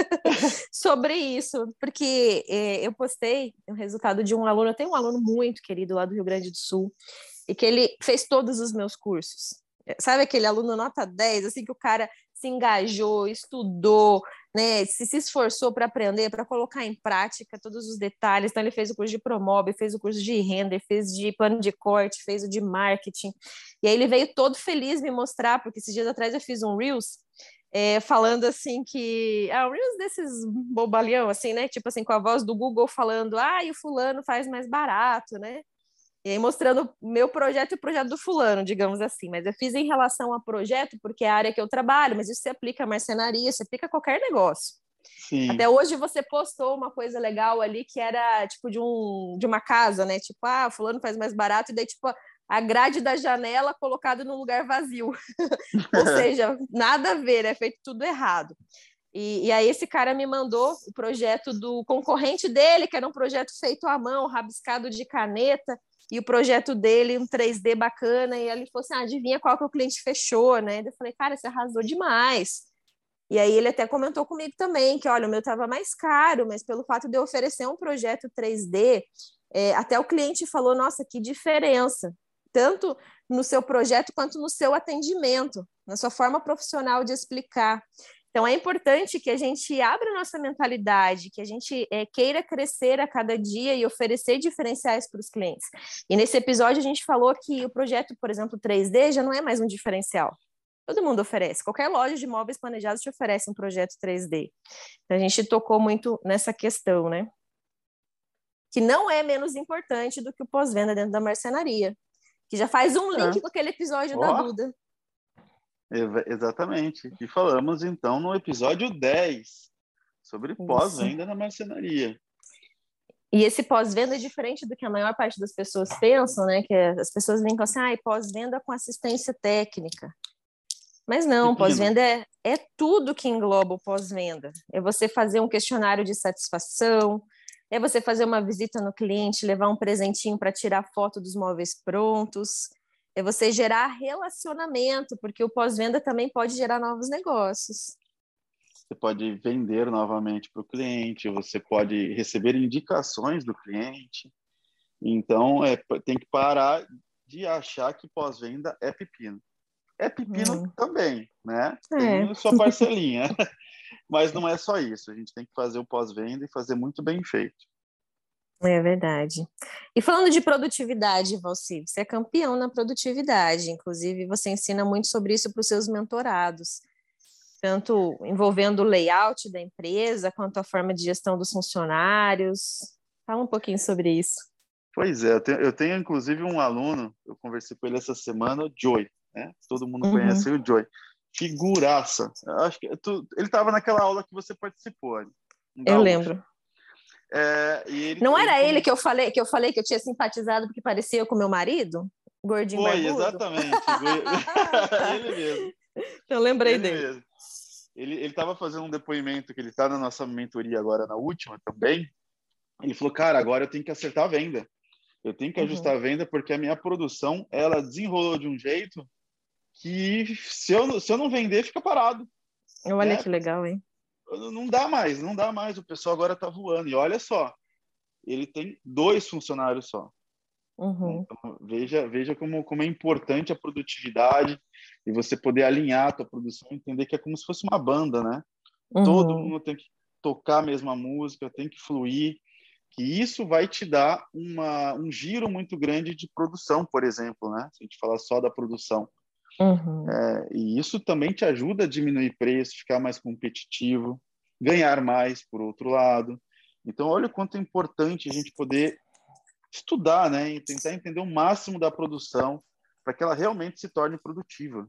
Sobre isso, porque é, eu postei o resultado de um aluno, eu tenho um aluno muito querido lá do Rio Grande do Sul, e que ele fez todos os meus cursos. Sabe aquele aluno nota dez, assim, que o cara se engajou, estudou, né, se, se esforçou para aprender, para colocar em prática todos os detalhes. Então, ele fez o curso de Promob, fez o curso de render, fez de plano de corte, fez o de marketing. E aí ele veio todo feliz me mostrar, porque esses dias atrás eu fiz um Reels, é, falando assim que... Ah, um Reels desses bobalhão, assim, né? Tipo assim, com a voz do Google falando, ah, e o fulano faz mais barato, né? E aí mostrando o meu projeto e o projeto do fulano, digamos assim. Mas eu fiz em relação a projeto, porque é a área que eu trabalho, mas isso se aplica à marcenaria, se aplica a qualquer negócio. Sim. Até hoje você postou uma coisa legal ali, que era tipo de, um, de uma casa, né? Tipo, ah, fulano faz mais barato, e daí tipo a grade da janela colocada num lugar vazio. Ou seja, nada a ver, é feito tudo errado. E, e aí esse cara me mandou o projeto do concorrente dele, que era um projeto feito à mão, rabiscado de caneta, e o projeto dele, um três D bacana, e ele falou assim, ah, adivinha qual que o cliente fechou, né? Eu falei, cara, você arrasou demais. E aí ele até comentou comigo também, que olha, o meu estava mais caro, mas pelo fato de eu oferecer um projeto três D, é, até o cliente falou, nossa, que diferença, tanto no seu projeto quanto no seu atendimento, na sua forma profissional de explicar. Então, é importante que a gente abra nossa mentalidade, que a gente é, queira crescer a cada dia e oferecer diferenciais para os clientes. E nesse episódio, a gente falou que o projeto, por exemplo, três D, já não é mais um diferencial. Todo mundo oferece. Qualquer loja de móveis planejados te oferece um projeto três D. Então, a gente tocou muito nessa questão, né? Que não é menos importante do que o pós-venda dentro da marcenaria. Que já faz um link É. com aquele episódio Oh. da Duda. Exatamente. E falamos, então, no episódio dez, sobre pós-venda na marcenaria. E esse pós-venda é diferente do que a maior parte das pessoas pensam, né? Que as pessoas brincam assim, ah, pós-venda com assistência técnica. Mas não, pós-venda é, é tudo que engloba o pós-venda. É você fazer um questionário de satisfação, é você fazer uma visita no cliente, levar um presentinho para tirar foto dos móveis prontos, é você gerar relacionamento, porque o pós-venda também pode gerar novos negócios. Você pode vender novamente para o cliente, você pode receber indicações do cliente. Então, é, tem que parar de achar que pós-venda é pepino. É pepino hum. também, né? Tem é. sua parcelinha. Mas não é só isso. A gente tem que fazer o pós-venda e fazer muito bem feito. É verdade. E falando de produtividade, Valci, você é campeão na produtividade. Inclusive, você ensina muito sobre isso para os seus mentorados, tanto envolvendo o layout da empresa, quanto a forma de gestão dos funcionários. Fala um pouquinho sobre isso. Pois é, eu tenho, eu tenho inclusive um aluno, eu conversei com ele essa semana, o Joy, né? Todo mundo uhum. conhece o Joy. Figuraça. Eu acho que tu, ele estava naquela aula que você participou. Eu lembro. É, e ele, Não ele era ele come... que eu falei que eu falei que eu tinha simpatizado porque parecia com meu marido? Gordinho Foi, barbudo? exatamente. Ele mesmo. Eu lembrei Ele dele. mesmo. Ele estava fazendo um depoimento que ele está na nossa mentoria agora, na última também. Ele falou, cara, agora eu tenho que acertar a venda. Eu tenho que ajustar Uhum. a venda porque a minha produção, ela desenrolou de um jeito que se eu, se eu não vender, fica parado, Olha né? que legal, hein? Não dá mais, não dá mais. O pessoal agora está voando. E olha só, ele tem dois funcionários só. Né? Uhum. Então, veja, veja como, como é importante a produtividade e você poder alinhar a tua produção, entender que é como se fosse uma banda, né? Todo Uhum. mundo tem que tocar a mesma música, tem que fluir, que isso vai te dar uma, um giro muito grande de produção, por exemplo, né? Se a gente falar só da produção. Uhum. É, e isso também te ajuda a diminuir preço, ficar mais competitivo, ganhar mais, por outro lado. Então, olha o quanto é importante a gente poder estudar, né? E tentar entender o máximo da produção para que ela realmente se torne produtiva.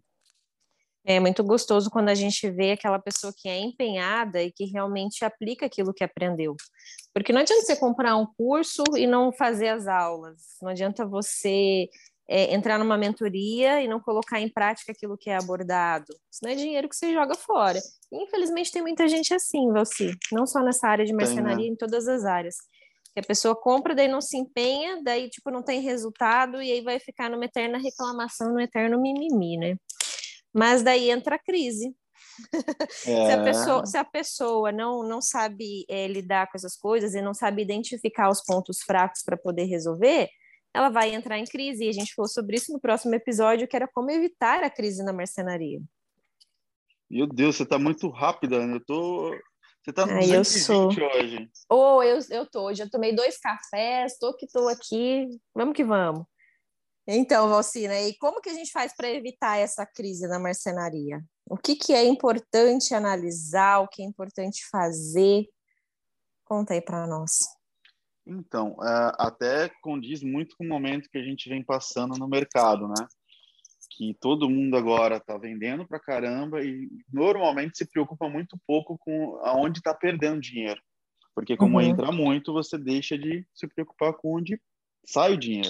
É muito gostoso quando a gente vê aquela pessoa que é empenhada e que realmente aplica aquilo que aprendeu. Porque não adianta você comprar um curso e não fazer as aulas. Não adianta você é, entrar numa mentoria e não colocar em prática aquilo que é abordado. Isso não é dinheiro que você joga fora. E, infelizmente tem muita gente assim, Valci. Não só nessa área de Tem, né? marcenaria, em todas as áreas. Que a pessoa compra, daí não se empenha, daí tipo não tem resultado e aí vai ficar numa eterna reclamação, no eterno mimimi, né? Mas daí entra a crise. Se a pessoa, É, se a pessoa não, não sabe é, lidar com essas coisas e não sabe identificar os pontos fracos para poder resolver, ela vai entrar em crise. E a gente falou sobre isso no próximo episódio, que era como evitar a crise na marcenaria. meu Deus, você está muito rápida, né? Eu tô... Você está no Aí eu duzentos e vinte sou. hoje. Ou oh, eu, eu tô, já tomei dois cafés, tô que tô aqui, vamos que vamos. Então, Valcina, e como que a gente faz para evitar essa crise na marcenaria? O que, que é importante analisar, o que é importante fazer? Conta aí para nós. Então, é, até condiz muito com o momento que a gente vem passando no mercado, né? Que todo mundo agora está vendendo para caramba e normalmente se preocupa muito pouco com aonde está perdendo dinheiro. Porque como Uhum, entra muito, você deixa de se preocupar com onde sai o dinheiro.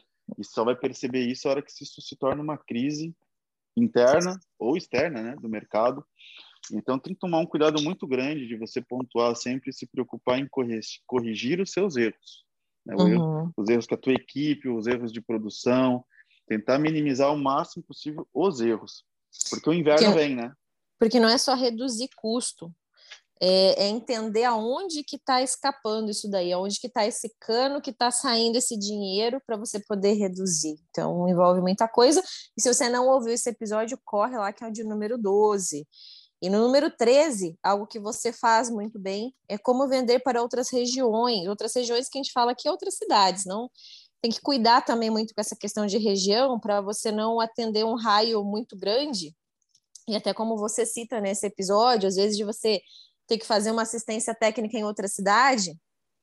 E só vai perceber isso a hora que isso se torna uma crise interna ou externa, né, do mercado. Então tem que tomar um cuidado muito grande de você pontuar sempre e se preocupar em corrigir os seus erros, né? O erro, uhum. os erros com a tua equipe, os erros de produção, tentar minimizar o máximo possível os erros, porque o Porque, inverno vem, né? porque não é só reduzir custo, é, é entender aonde que está escapando isso daí, aonde que está esse cano que está saindo esse dinheiro para você poder reduzir. Então, envolve muita coisa. E se você não ouviu esse episódio, corre lá, que é o de número doze. E no número treze, algo que você faz muito bem é como vender para outras regiões, outras regiões que a gente fala aqui, outras cidades, não tem que cuidar também muito com essa questão de região para você não atender um raio muito grande. E até como você cita nesse episódio, às vezes de você ter que fazer uma assistência técnica em outra cidade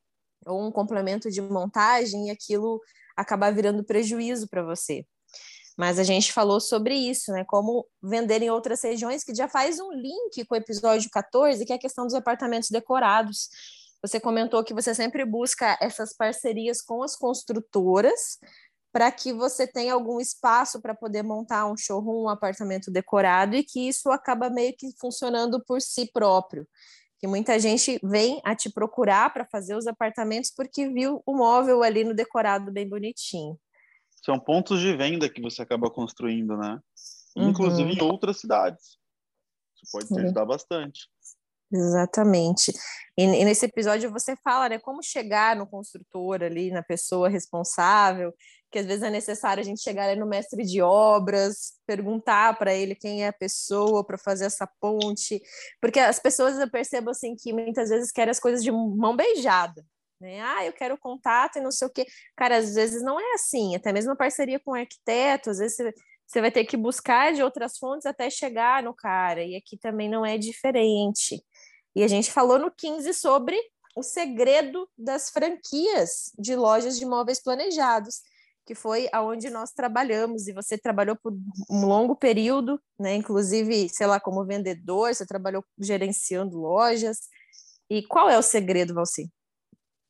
ou um complemento de montagem e aquilo acabar virando prejuízo para você. Mas a gente falou sobre isso, né? Como vender em outras regiões, que já faz um link com o episódio quatorze, que é a questão dos apartamentos decorados. Você comentou que você sempre busca essas parcerias com as construtoras para que você tenha algum espaço para poder montar um showroom, um apartamento decorado e que isso acaba meio que funcionando por si próprio. Que muita gente vem a te procurar para fazer os apartamentos porque viu o móvel ali no decorado bem bonitinho. São pontos de venda que você acaba construindo, né? Inclusive Uhum. em outras cidades. Isso pode te ajudar bastante. Exatamente. E, e nesse episódio você fala, né, como chegar no construtor ali, na pessoa responsável, que às vezes é necessário a gente chegar ali no mestre de obras, perguntar para ele quem é a pessoa para fazer essa ponte, porque as pessoas eu percebo assim que muitas vezes querem as coisas de mão beijada, né? Ah, eu quero contato e não sei o quê. Cara, às vezes não é assim, até mesmo a parceria com o arquiteto, às vezes você você vai ter que buscar de outras fontes até chegar no cara, e aqui também não é diferente. E a gente falou no quinze sobre o segredo das franquias de lojas de imóveis planejados, que foi aonde nós trabalhamos, e você trabalhou por um longo período, né? Inclusive, sei lá, como vendedor, você trabalhou gerenciando lojas. E qual é o segredo, Valci?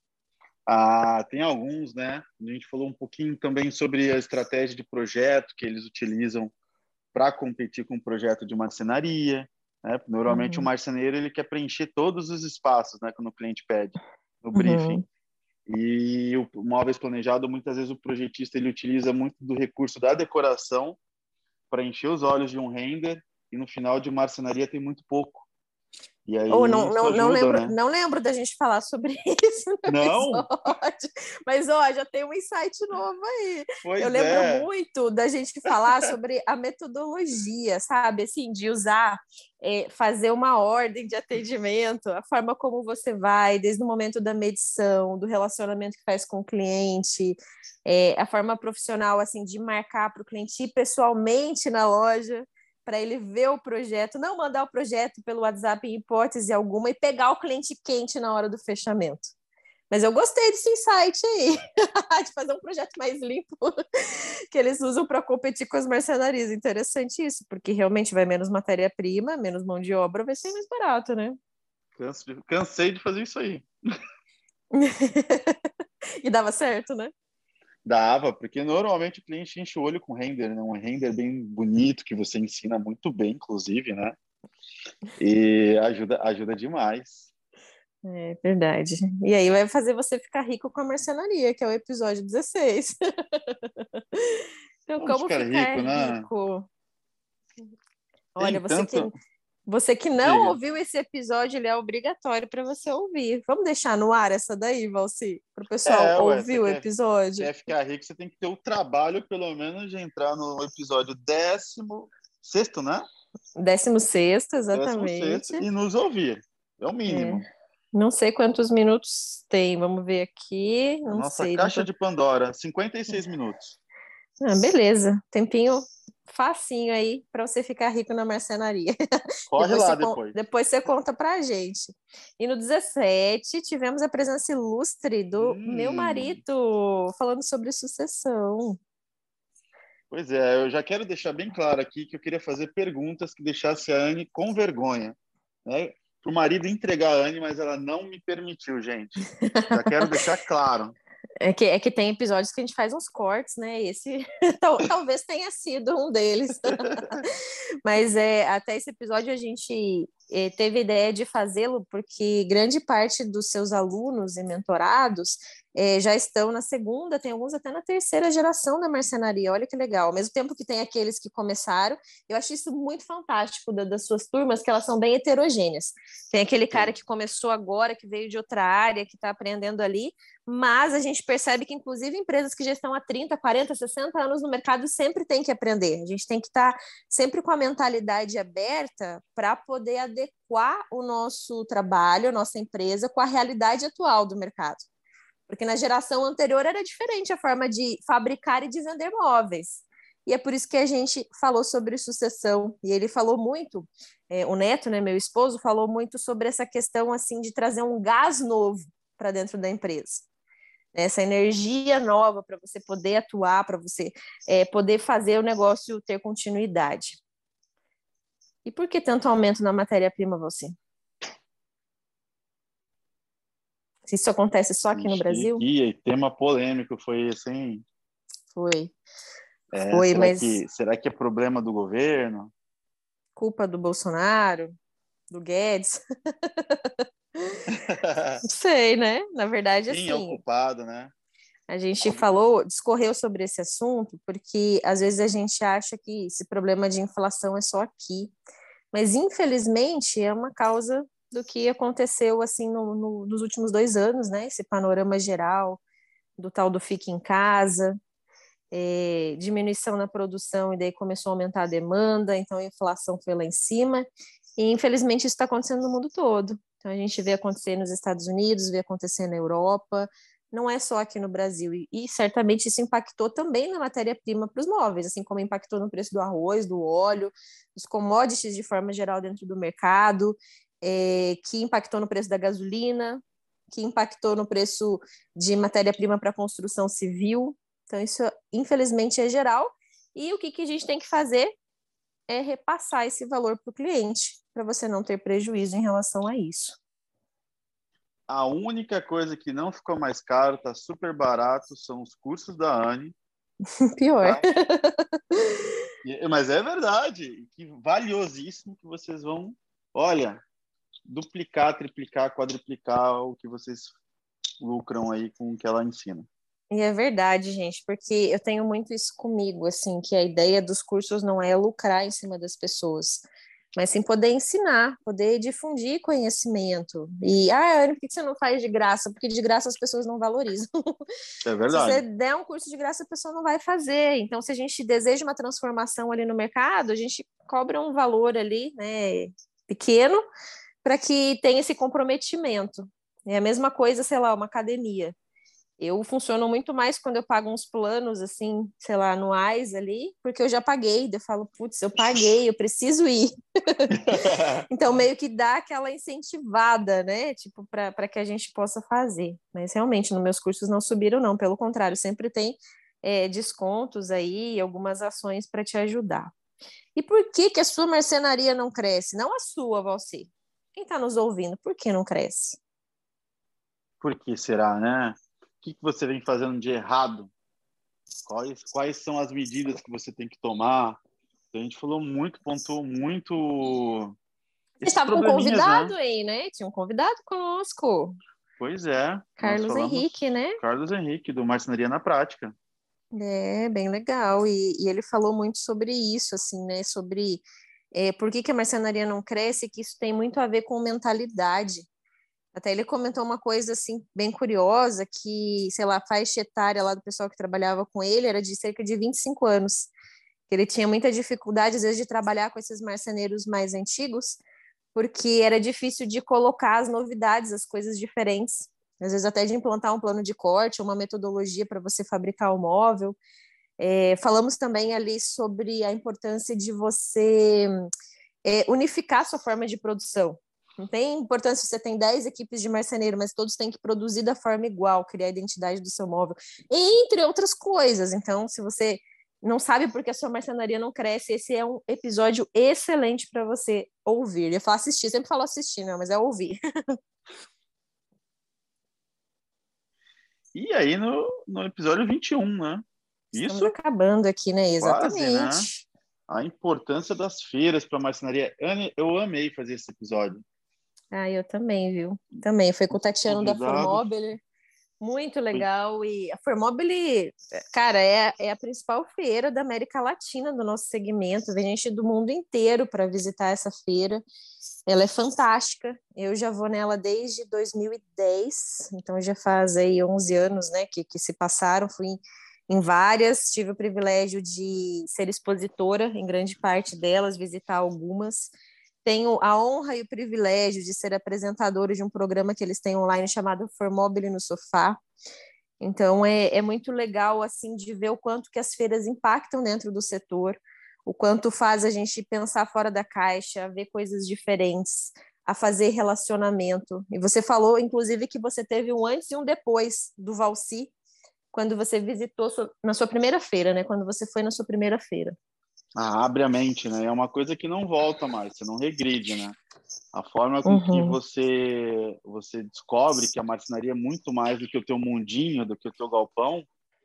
Ah, tem alguns, né? A gente falou um pouquinho também sobre a estratégia de projeto que eles utilizam para competir com o projeto de marcenaria, né? Normalmente o Uhum. marceneiro ele quer preencher todos os espaços, né? Quando o cliente pede no briefing. Uhum. E o móveis planejado, muitas vezes o projetista ele utiliza muito do recurso da decoração para encher os olhos de um render e no final de marcenaria tem muito pouco. E Ou aí não, isso não, não ajuda, lembro, né? não lembro da gente falar sobre isso no Não, episódio, mas ó, já tem um insight novo aí. Eu pois lembro é. muito da gente falar sobre a metodologia, sabe? Assim, de usar, é, fazer uma ordem de atendimento, a forma como você vai, desde o momento da medição, do relacionamento que faz com o cliente, é, a forma profissional assim de marcar para o cliente ir pessoalmente na loja para ele ver o projeto, não mandar o projeto pelo WhatsApp em hipótese alguma e pegar o cliente quente na hora do fechamento. Mas eu gostei desse insight aí, de fazer um projeto mais limpo, que eles usam para competir com as marcenarias. Interessante isso, porque realmente vai menos matéria-prima, menos mão de obra, vai ser mais barato, né? Cansei de fazer isso aí. E dava certo, né? Dava, porque normalmente o cliente enche o olho com render, né? Um render bem bonito, que você ensina muito bem, inclusive, né? E ajuda, ajuda demais. É verdade. E aí vai fazer você ficar rico com a marcenaria, que é o episódio dezesseis. Então, Vamos como ficar ficar rico, né? rico? Olha, Tem você que, tanto. você que não Diga. ouviu esse episódio, ele é obrigatório para você ouvir. Vamos deixar no ar essa daí, Valci, para o pessoal É, ué, você ouvir o quer, episódio. quer ficar rico, você tem que ter o trabalho, pelo menos, de entrar no episódio décimo sexto, né? Décimo sexto, Décimo sexto exatamente. e nos ouvir. É o É. mínimo. Não sei quantos minutos tem, vamos ver aqui. A Não nossa sei, não caixa tô... de Pandora, cinquenta e seis minutos. Ah, beleza. Tempinho facinho aí para você ficar rico na marcenaria. Corre Depois você, lá con- depois. depois você conta pra gente. E no dezessete, tivemos a presença ilustre do meu Hum, marido, falando sobre sucessão. pois é, eu já quero deixar bem claro aqui que eu queria fazer perguntas que deixasse a Anne com vergonha, né? Para o marido entregar a Anne, mas ela não me permitiu, gente. Já quero deixar claro. É que, é que tem episódios que a gente faz uns cortes, né? Esse tal, talvez tenha sido um deles. Mas é, até esse episódio a gente é, teve a ideia de fazê-lo porque grande parte dos seus alunos e mentorados é, já estão na segunda, tem alguns até na terceira geração da marcenaria. Olha que legal. Ao mesmo tempo que tem aqueles que começaram, eu acho isso muito fantástico da, das suas turmas, que elas são bem heterogêneas. Tem aquele cara Sim. que começou agora, que veio de outra área, que está aprendendo ali, mas a gente percebe que, inclusive, empresas que já estão há trinta, quarenta, sessenta anos no mercado sempre têm que aprender. A gente tem que estar tá sempre com a mentalidade aberta para poder adequar o nosso trabalho, a nossa empresa, com a realidade atual do mercado. Porque na geração anterior era diferente a forma de fabricar e de vender móveis. E é por isso que a gente falou sobre sucessão. E ele falou muito, é, o Neto, né, meu esposo, falou muito sobre essa questão assim de trazer um gás novo para dentro da empresa. Essa energia nova para você poder atuar, para você é, poder fazer o negócio ter continuidade. E por que tanto aumento na matéria-prima, você? Se isso acontece só aqui no Ixi, Brasil? que tema polêmico foi esse, hein? Foi. É, Foi, será mas que, será que é problema do governo? culpa do Bolsonaro, do Guedes? Não sei, né? Na verdade, Quem é o assim, culpado, né? a gente falou, discorreu sobre esse assunto, porque às vezes a gente acha que esse problema de inflação é só aqui. Mas, infelizmente, é uma causa do que aconteceu assim no, no, nos últimos dois anos, né? Esse panorama geral do tal do fique em casa, é, diminuição na produção, e daí começou a aumentar a demanda, então a inflação foi lá em cima, e infelizmente isso está acontecendo no mundo todo. Então a gente vê acontecer nos Estados Unidos, vê acontecer na Europa, não é só aqui no Brasil, e, e certamente isso impactou também na matéria-prima para os móveis, assim como impactou no preço do arroz, do óleo, dos commodities de forma geral dentro do mercado, é, que impactou no preço da gasolina, que impactou no preço de matéria-prima para construção civil. Então, isso, infelizmente, é geral. E o que, que a gente tem que fazer é repassar esse valor para o cliente, para você não ter prejuízo em relação a isso. a única coisa que não ficou mais caro, tá super barato, são os cursos da Anne. Pior. Tá? E- Mas é verdade, que valiosíssimo que vocês vão, olha, duplicar, triplicar, quadruplicar o que vocês lucram aí com o que ela ensina. E é verdade, gente, porque eu tenho muito isso comigo, assim, que a ideia dos cursos não é lucrar em cima das pessoas, mas sim poder ensinar, poder difundir conhecimento. E, ah, Anne, por que você não faz de graça? Porque de graça as pessoas não valorizam. É Se você verdade. der um curso de graça, a pessoa não vai fazer. Então, se a gente deseja uma transformação ali no mercado, a gente cobra um valor ali, né, pequeno, para que tenha esse comprometimento. É a mesma coisa, sei lá, uma academia. Eu funciono muito mais quando eu pago uns planos, assim, sei lá, anuais ali, porque eu já paguei. Daí eu falo, putz, eu paguei, eu preciso ir. Então, meio que dá aquela incentivada, né? Tipo, para que a gente possa fazer. Mas realmente, nos meus cursos não subiram, não. Pelo contrário, sempre tem é, descontos aí, algumas ações para te ajudar. E por que que a sua marcenaria não cresce? Não a sua, Valci. Quem está nos ouvindo, por que não cresce? Por que será, né? O que que você vem fazendo de errado? Quais, quais são as medidas que você tem que tomar? A gente falou muito, pontuou muito Você esses estava com um probleminhas, né? convidado aí, né? Tinha um convidado conosco, Pois é, nós Carlos Henrique, falamos né? Carlos Henrique, do Marcenaria na Prática. É, bem legal. E, e ele falou muito sobre isso, assim, né? Sobre é, por que que a marcenaria não cresce, que isso tem muito a ver com mentalidade. Até ele comentou uma coisa, assim, bem curiosa, que, sei lá, a faixa etária lá do pessoal que trabalhava com ele era de cerca de vinte e cinco anos. Que ele tinha muita dificuldade, às vezes, de trabalhar com esses marceneiros mais antigos, porque era difícil de colocar as novidades, as coisas diferentes. Às vezes até de implantar um plano de corte, uma metodologia para você fabricar o móvel. É, falamos também ali sobre a importância de você é, unificar sua forma de produção. Não tem importância se você tem dez equipes de marceneiro, mas todos têm que produzir da forma igual, criar a identidade do seu móvel, entre outras coisas. Então, se você não sabe por que a sua marcenaria não cresce, esse é um episódio excelente para você ouvir. Eu ia falar assistir, sempre falo assistir, não, mas é ouvir. E aí no, no episódio vinte e um, né? Estamos Isso acabando aqui, né? quase, né? Exatamente. A importância das feiras para a marcenaria. Anne, eu amei fazer esse episódio. Ah, eu também, viu? Também. Foi com o Os Tatiano da convidados. Formobile. Muito Foi... legal. E a Formobile, cara, é, é a principal feira da América Latina do nosso segmento. Vem gente do mundo inteiro para visitar essa feira. Ela é fantástica. Eu já vou nela desde dois mil e dez, então já faz aí onze anos, né, que, que se passaram. Fui em, em várias, tive o privilégio de ser expositora em grande parte delas, visitar algumas. Tenho a honra e o privilégio de ser apresentadora de um programa que eles têm online chamado Formobile no Sofá. Então é, é muito legal assim de ver o quanto que as feiras impactam dentro do setor, o quanto faz a gente pensar fora da caixa, ver coisas diferentes, a fazer relacionamento. E você falou, inclusive, que você teve um antes e um depois do Valci, quando você visitou sua, na sua primeira feira, né? Quando você foi na sua primeira feira. Ah, abre a mente, né? É uma coisa que não volta mais, você não regride, né? A forma com que Uhum, você você descobre que a marcenaria é muito mais do que o teu mundinho, do que o teu galpão,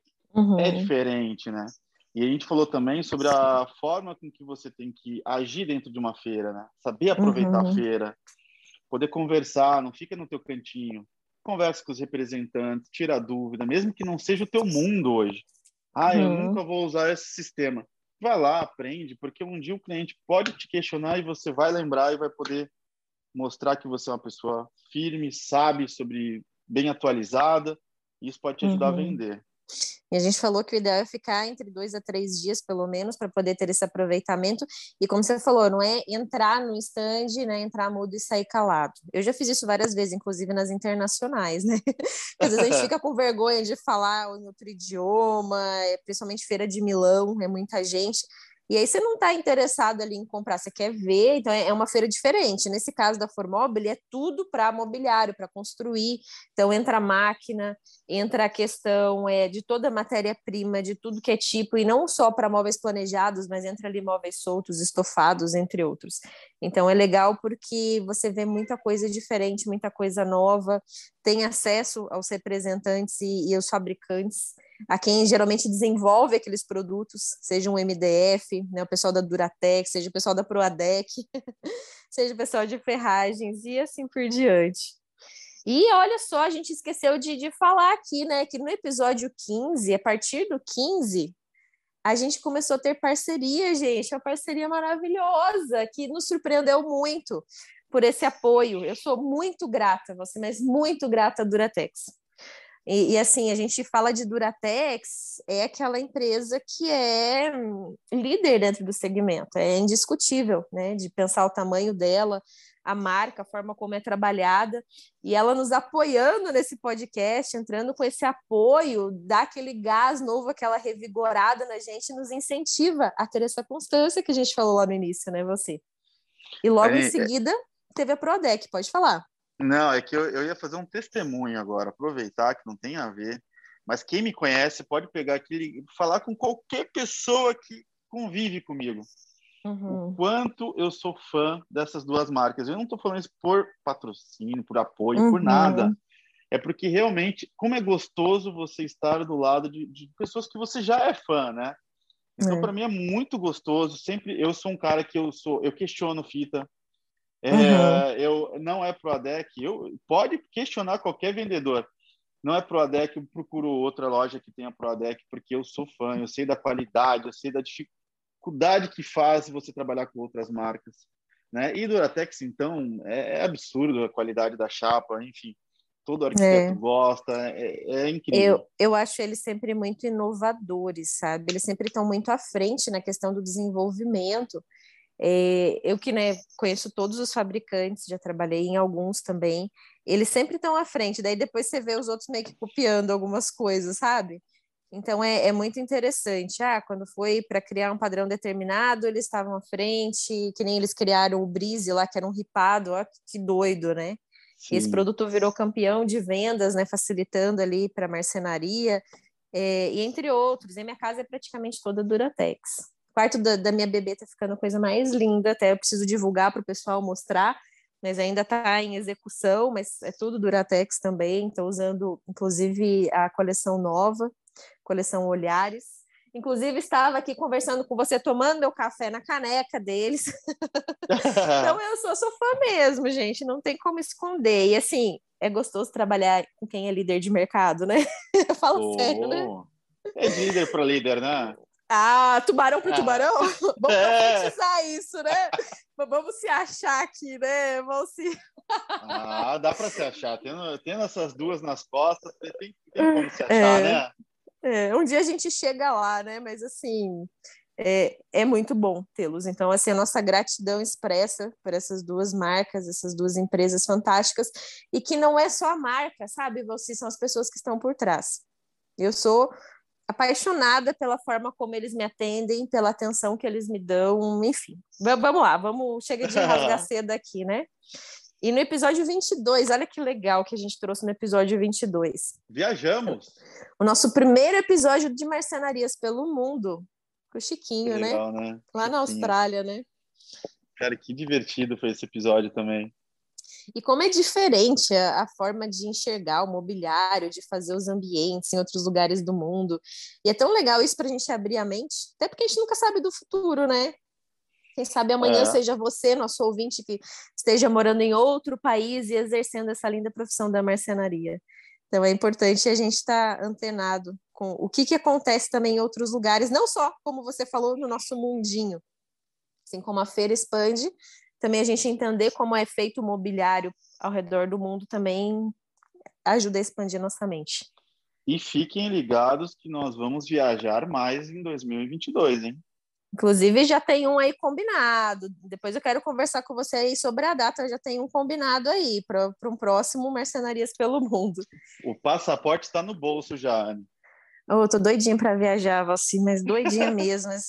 é uhum, diferente, né? E a gente falou também sobre a forma com que você tem que agir dentro de uma feira, né? Saber aproveitar a uhum, feira, poder conversar, não fica no teu cantinho. Conversa com os representantes, tira dúvida, mesmo que não seja o teu mundo hoje. Ah, eu uhum. nunca vou usar esse sistema. Vai lá, aprende, porque um dia o cliente pode te questionar e você vai lembrar e vai poder mostrar que você é uma pessoa firme, sabe sobre, bem atualizada, e isso pode te ajudar a Uhum. vender. E a gente falou que o ideal é ficar entre dois a três dias, pelo menos, para poder ter esse aproveitamento. E como você falou, não é entrar no stand, né? Entrar mudo e sair calado. Eu já fiz isso várias vezes, inclusive nas internacionais, né? Porque às vezes a gente fica com vergonha de falar em outro idioma, é, principalmente Feira de Milão, é muita gente. E aí você não está interessado ali em comprar, você quer ver, então é uma feira diferente. Nesse caso da Formobile, é tudo para mobiliário, para construir. Então entra a máquina, entra a questão é, de toda a matéria-prima, de tudo que é tipo, e não só para móveis planejados, mas entra ali móveis soltos, estofados, entre outros. Então é legal porque você vê muita coisa diferente, muita coisa nova, tem acesso aos representantes e, e aos fabricantes, a quem geralmente desenvolve aqueles produtos, seja um M D F, né, o pessoal da Duratex, seja o pessoal da Proadec, seja o pessoal de ferragens e assim por diante. E olha só, a gente esqueceu de, de falar aqui, né, que no episódio quinze, a partir do quinze, a gente começou a ter parceria, gente, uma parceria maravilhosa, que nos surpreendeu muito por esse apoio. Eu sou muito grata a você, mas muito grata à Duratex. E, e, assim, a gente fala de Duratex, é aquela empresa que é líder dentro do segmento, é indiscutível, né? De pensar o tamanho dela, a marca, a forma como é trabalhada, e ela nos apoiando nesse podcast, entrando com esse apoio, dá aquele gás novo, aquela revigorada na gente, nos incentiva a ter essa constância que a gente falou lá no início, né, você? E logo É, em seguida, teve a Proadec, pode falar. Não, é que eu, eu ia fazer um testemunho agora, aproveitar que não tem a ver, mas quem me conhece pode pegar aqui e falar com qualquer pessoa que convive comigo. Uhum. O quanto eu sou fã dessas duas marcas. Eu não estou falando isso por patrocínio, por apoio, uhum. por nada. É porque realmente, como é gostoso você estar do lado de, de pessoas que você já é fã, né? Então, é. para mim é muito gostoso. Sempre eu sou um cara que eu sou, eu questiono fita. É, uhum. eu, não é Proadec, eu, pode questionar qualquer vendedor. Não é Proadec, eu procuro outra loja que tenha Proadec, porque eu sou fã, eu sei da qualidade, eu sei da dificuldade que faz você trabalhar com outras marcas. Né? E Duratex, então, é, é absurdo a qualidade da chapa, enfim, todo arquiteto é. gosta, é, é incrível. Eu, eu acho eles sempre muito inovadores, sabe? Eles sempre estão muito à frente na questão do desenvolvimento. É, eu que né, conheço todos os fabricantes, já trabalhei em alguns também, eles sempre estão à frente, daí depois você vê os outros meio que copiando algumas coisas, sabe? Então é, é muito interessante. Ah, quando foi para criar um padrão determinado, eles estavam à frente, que nem eles criaram o Brise lá, que era um ripado, ó, que doido, né? Sim. Esse produto virou campeão de vendas, né, facilitando ali para marcenaria, é, e entre outros. E minha casa é praticamente toda Duratex. O quarto da, da minha bebê tá ficando a coisa mais linda, até eu preciso divulgar para o pessoal mostrar, mas ainda está em execução, mas é tudo Duratex também. Estou usando, inclusive, a coleção nova, coleção Olhares. Inclusive, estava aqui conversando com você, tomando meu café na caneca deles. Então, eu sou, sou fã mesmo, gente, não tem como esconder. E, assim, é gostoso trabalhar com quem é líder de mercado, né? Eu falo oh, sério, né? É de líder para líder, né? Ah, tubarão para tubarão? Ah. Vamos é. profetizar isso, né? Vamos se achar aqui, né? Vamos se... Ah, dá para se achar. Tendo, tendo essas duas nas costas, tem, tem como se achar, é. né? É, um dia a gente chega lá, né? Mas, assim, é, é muito bom tê-los. Então, assim, a nossa gratidão expressa por essas duas marcas, essas duas empresas fantásticas, e que não é só a marca, sabe? Vocês são as pessoas que estão por trás. Eu sou apaixonada pela forma como eles me atendem, pela atenção que eles me dão, enfim. V- vamos lá, vamos, chega de rasgar seda aqui, né? E no episódio vinte e dois, olha que legal que a gente trouxe no episódio vinte e dois. Viajamos! O nosso primeiro episódio de marcenarias pelo mundo, com o Chiquinho, legal, né? né? Lá Chiquinho. Na Austrália, né? Cara, que divertido foi esse episódio também. E como é diferente a, a forma de enxergar o mobiliário, de fazer os ambientes em outros lugares do mundo. E é tão legal isso para a gente abrir a mente, até porque a gente nunca sabe do futuro, né? Quem sabe amanhã é. seja você, nosso ouvinte, que esteja morando em outro país e exercendo essa linda profissão da marcenaria. Então é importante a gente estar tá antenado com o que, que acontece também em outros lugares, não só, como você falou, no nosso mundinho. Assim como a feira expande, também a gente entender como é feito o mobiliário ao redor do mundo também ajuda a expandir nossa mente. E fiquem ligados que nós vamos viajar mais em dois mil e vinte e dois, hein? Inclusive, já tem um aí combinado. Depois eu quero conversar com você aí sobre a data. Já tem um combinado aí para um próximo Marcenarias pelo Mundo. O passaporte está no bolso já, Anne. Eu tô doidinha para viajar, Valci, mas doidinha mesmo. Mas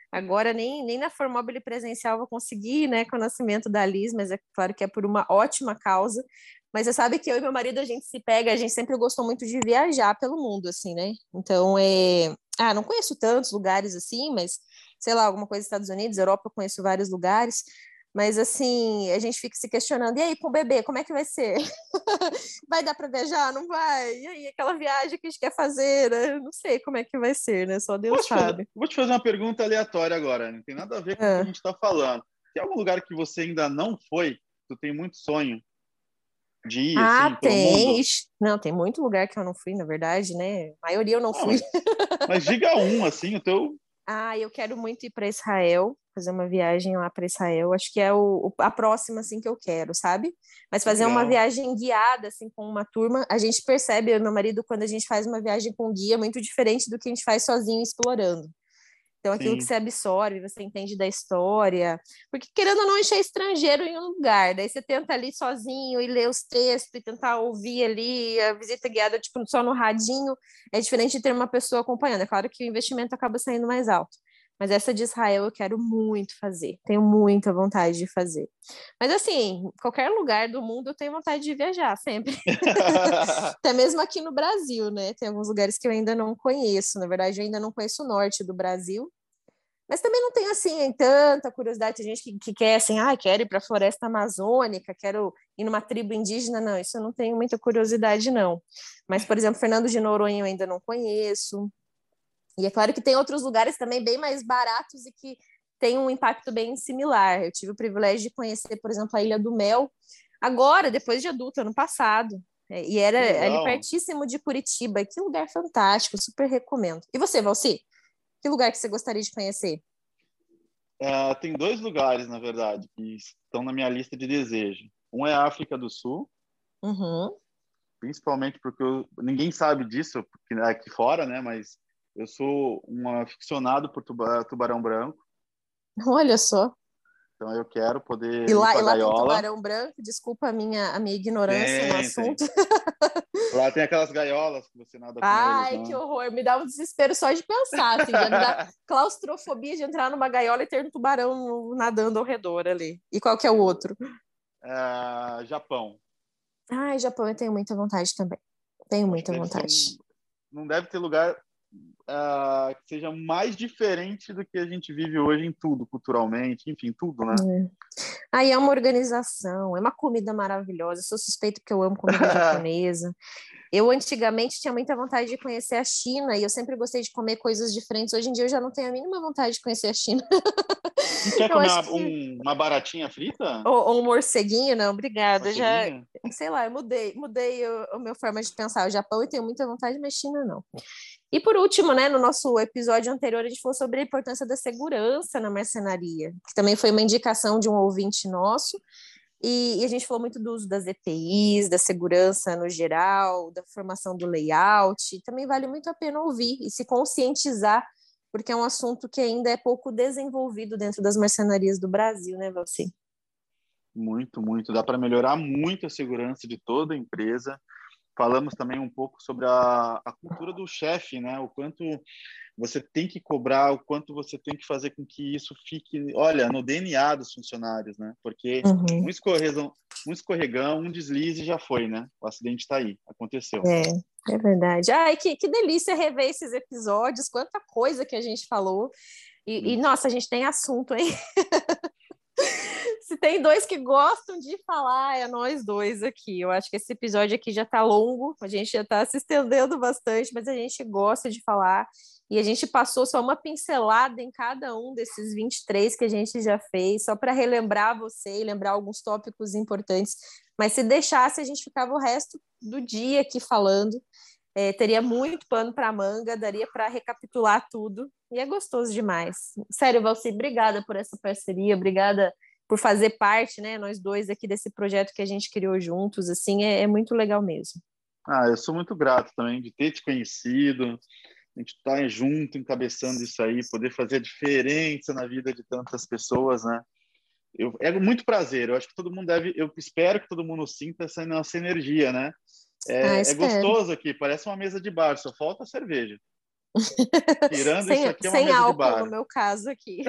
Agora nem, nem na Formobile presencial vou conseguir, né, com o nascimento da Liz, mas é claro que é por uma ótima causa. Mas você sabe que eu e meu marido, a gente se pega, a gente sempre gostou muito de viajar pelo mundo, assim, né? Então, é... Ah, não conheço tantos lugares assim, mas, sei lá, alguma coisa nos Estados Unidos, Europa, eu conheço vários lugares. Mas, assim, a gente fica se questionando, e aí, com o bebê, como é que vai ser? Vai dar para viajar? Não vai? E aí, aquela viagem que a gente quer fazer, né? Não sei como é que vai ser, né? Só Vou Deus te fazer, sabe. vou te fazer uma pergunta aleatória agora, não tem nada a ver com o que a Ah. gente está falando. Tem algum lugar que você ainda não foi, tu tem muito sonho de ir, Ah, assim, pelo tem. mundo? Ixi, não, tem muito lugar que eu não fui, na verdade, né? A maioria eu não Ah, fui. mas, mas diga um, assim, o teu... Ah, eu quero muito ir para Israel, fazer uma viagem lá para Israel. Acho que é o, o- a próxima assim que eu quero, sabe? Mas fazer uma Legal. viagem guiada assim com uma turma, a gente percebe, eu e meu marido, quando a gente faz uma viagem com guia, é muito diferente do que a gente faz sozinho explorando. Então, aquilo que Sim. você absorve, você entende da história. Porque, querendo ou não, a gente é estrangeiro em um lugar. Daí você tenta ali sozinho e ler os textos e tentar ouvir ali a visita guiada, tipo, só no radinho. É diferente de ter uma pessoa acompanhando. É claro que o investimento acaba saindo mais alto. Mas essa de Israel eu quero muito fazer. Tenho muita vontade de fazer. Mas, assim, qualquer lugar do mundo eu tenho vontade de viajar, sempre. Até mesmo aqui no Brasil, né? Tem alguns lugares que eu ainda não conheço. Na verdade, eu ainda não conheço o norte do Brasil. Mas também não tenho, assim, tanta curiosidade. Tem gente que, que quer, assim, ah, quero ir para a floresta amazônica, quero ir numa tribo indígena. Não, isso eu não tenho muita curiosidade, não. Mas, por exemplo, Fernando de Noronha eu ainda não conheço. E é claro que tem outros lugares também bem mais baratos e que têm um impacto bem similar. Eu tive o privilégio de conhecer, por exemplo, a Ilha do Mel, agora, depois de adulto, ano passado. É, E Que era ali legal. pertíssimo de Curitiba. Que lugar fantástico, super recomendo. E você, Valci? Que lugar que você gostaria de conhecer? É, tem dois lugares, na verdade, que estão na minha lista de desejo. Um é a África do Sul, Uhum. principalmente porque eu- ninguém sabe disso porque é aqui fora, né? Mas eu sou um aficionado por tuba- tubarão branco, Olha só. então eu quero E poder ir lá, para e a lá tem gaiola. tubarão branco, desculpa a minha, a minha ignorância no Tem, tem. assunto. Lá tem aquelas gaiolas que você nada com eles, Ai, que né? horror, me dá um desespero só de pensar, assim, já me dá claustrofobia de entrar numa gaiola e ter um tubarão nadando ao redor ali. E qual que é o outro? É, Japão. Ai, Japão, eu tenho muita vontade também. Tenho Eu acho que muita deve ser vontade. um. Não deve ter lugar ah, que seja mais diferente do que a gente vive hoje em tudo, culturalmente, enfim, tudo, né? É. Aí é uma organização, é uma comida maravilhosa. Eu sou suspeita porque eu amo comida japonesa. Eu antigamente tinha muita vontade de conhecer a China e eu sempre gostei de comer coisas diferentes. Hoje em dia eu já não tenho a mínima vontade de conhecer a China. Não quer Eu comer acho uma, que um- uma baratinha frita? ou, ou um morceguinho, não, obrigada. Eu já, Morceguinha? sei lá, eu mudei, mudei o, o meu forma de pensar. O Japão eu tenho muita vontade, mas China não. E por último, né, no nosso episódio anterior, a gente falou sobre a importância da segurança na marcenaria, que também foi uma indicação de um ouvinte nosso. E, e a gente falou muito do uso das E P Is, da segurança no geral, da formação do layout. E também vale muito a pena ouvir e se conscientizar, porque é um assunto que ainda é pouco desenvolvido dentro das marcenarias do Brasil, né, Valci? Muito, muito. Dá para melhorar muito a segurança de toda a empresa. Falamos também um pouco sobre a, a cultura do chefe, né? O quanto você tem que cobrar, o quanto você tem que fazer com que isso fique, olha, no D N A dos funcionários, né? Porque um Uhum. escorregão, um escorregão, um deslize já foi, né? O acidente está aí, aconteceu. É, é verdade. Ai, que, que delícia rever esses episódios, quanta coisa que a gente falou. E, e, Isso. nossa, a gente tem assunto, hein? Se tem dois que gostam de falar, é nós dois aqui. Eu acho que esse episódio aqui já tá longo, a gente já tá se estendendo bastante, mas a gente gosta de falar. E a gente passou só uma pincelada em cada um desses vinte e três que a gente já fez, só para relembrar você e lembrar alguns tópicos importantes. Mas se deixasse, a gente ficava o resto do dia aqui falando. É, teria muito pano para manga, daria para recapitular tudo. E é gostoso demais. Sério, Valci, obrigada por essa parceria, obrigada por fazer parte, né, nós dois aqui desse projeto que a gente criou juntos, assim, é, é muito legal mesmo. Ah, eu sou muito grato também de ter te conhecido, a gente estar junto, encabeçando isso aí, poder fazer a diferença na vida de tantas pessoas, né? Eu, é muito prazer, eu acho que todo mundo deve, eu espero que todo mundo sinta essa nossa energia, né? Ah, É, é espero. gostoso aqui, parece uma mesa de bar, só falta a cerveja. Tirando sem, isso aqui, é uma sem mesa de álcool bar. no meu caso aqui.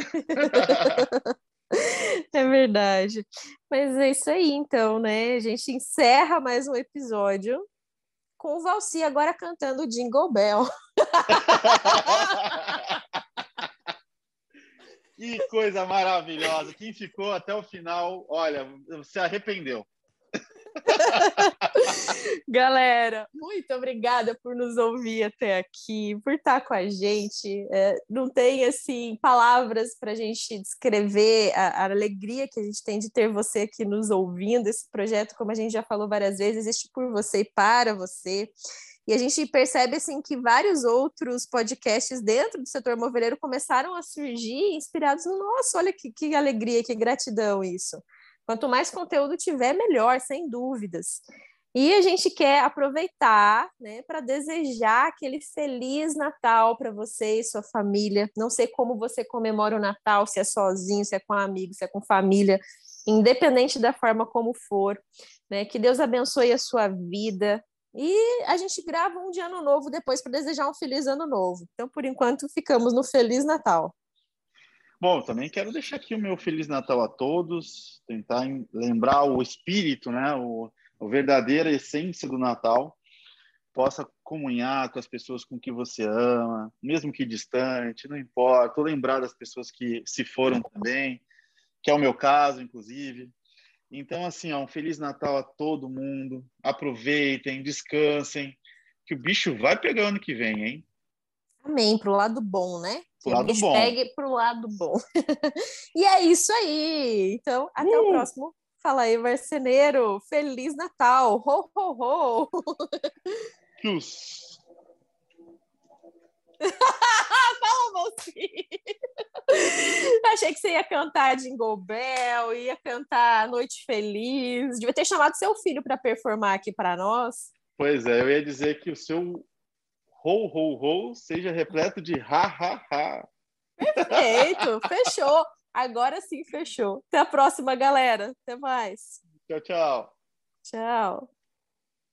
É verdade. Mas é isso aí, então, né? A gente encerra mais um episódio com o Valci agora cantando Jingle Bell. Que coisa maravilhosa. Quem ficou até o final, olha, se arrependeu. Galera, muito obrigada por nos ouvir até aqui, por estar com a gente. É, não tem assim palavras para a gente descrever a, a alegria que a gente tem de ter você aqui nos ouvindo. Esse projeto, como a gente já falou várias vezes, existe por você e para você. E a gente percebe assim que vários outros podcasts dentro do setor moveleiro começaram a surgir inspirados no nosso. Olha que, que alegria, que gratidão isso. Quanto mais conteúdo tiver, melhor, sem dúvidas. E a gente quer aproveitar, né, para desejar aquele feliz Natal para você e sua família. Não sei como você comemora o Natal, se é sozinho, se é com amigos, se é com família, independente da forma como for, né? Que Deus abençoe a sua vida. E a gente grava um de ano novo depois para desejar um feliz ano novo. Então, por enquanto, ficamos no Feliz Natal. Bom, também quero deixar aqui o meu Feliz Natal a todos, tentar lembrar o espírito, né, o, a verdadeira essência do Natal, possa comunhar com as pessoas com que você ama, mesmo que distante, não importa, ou lembrar das pessoas que se foram também, que é o meu caso, inclusive. Então, assim, ó, um Feliz Natal a todo mundo, aproveitem, descansem, que o bicho vai pegar ano que vem, hein? Amém, pro lado bom, né? Pro Que o lado bicho bom. pegue pro lado bom. E é isso aí. Então, até uh! o próximo. Fala aí, marceneiro. Feliz Natal. Ho, ho, ho. Tchus. Fala, mocinho. Achei que você ia cantar Jingle Bell, ia cantar Noite Feliz. Devia ter chamado seu filho para performar aqui para nós. Pois é, eu ia dizer que o seu ho, ho, ho seja repleto de ha, ha, ha. Perfeito, fechou. Agora sim, fechou. Até a próxima, galera. Até mais. Tchau, tchau. Tchau.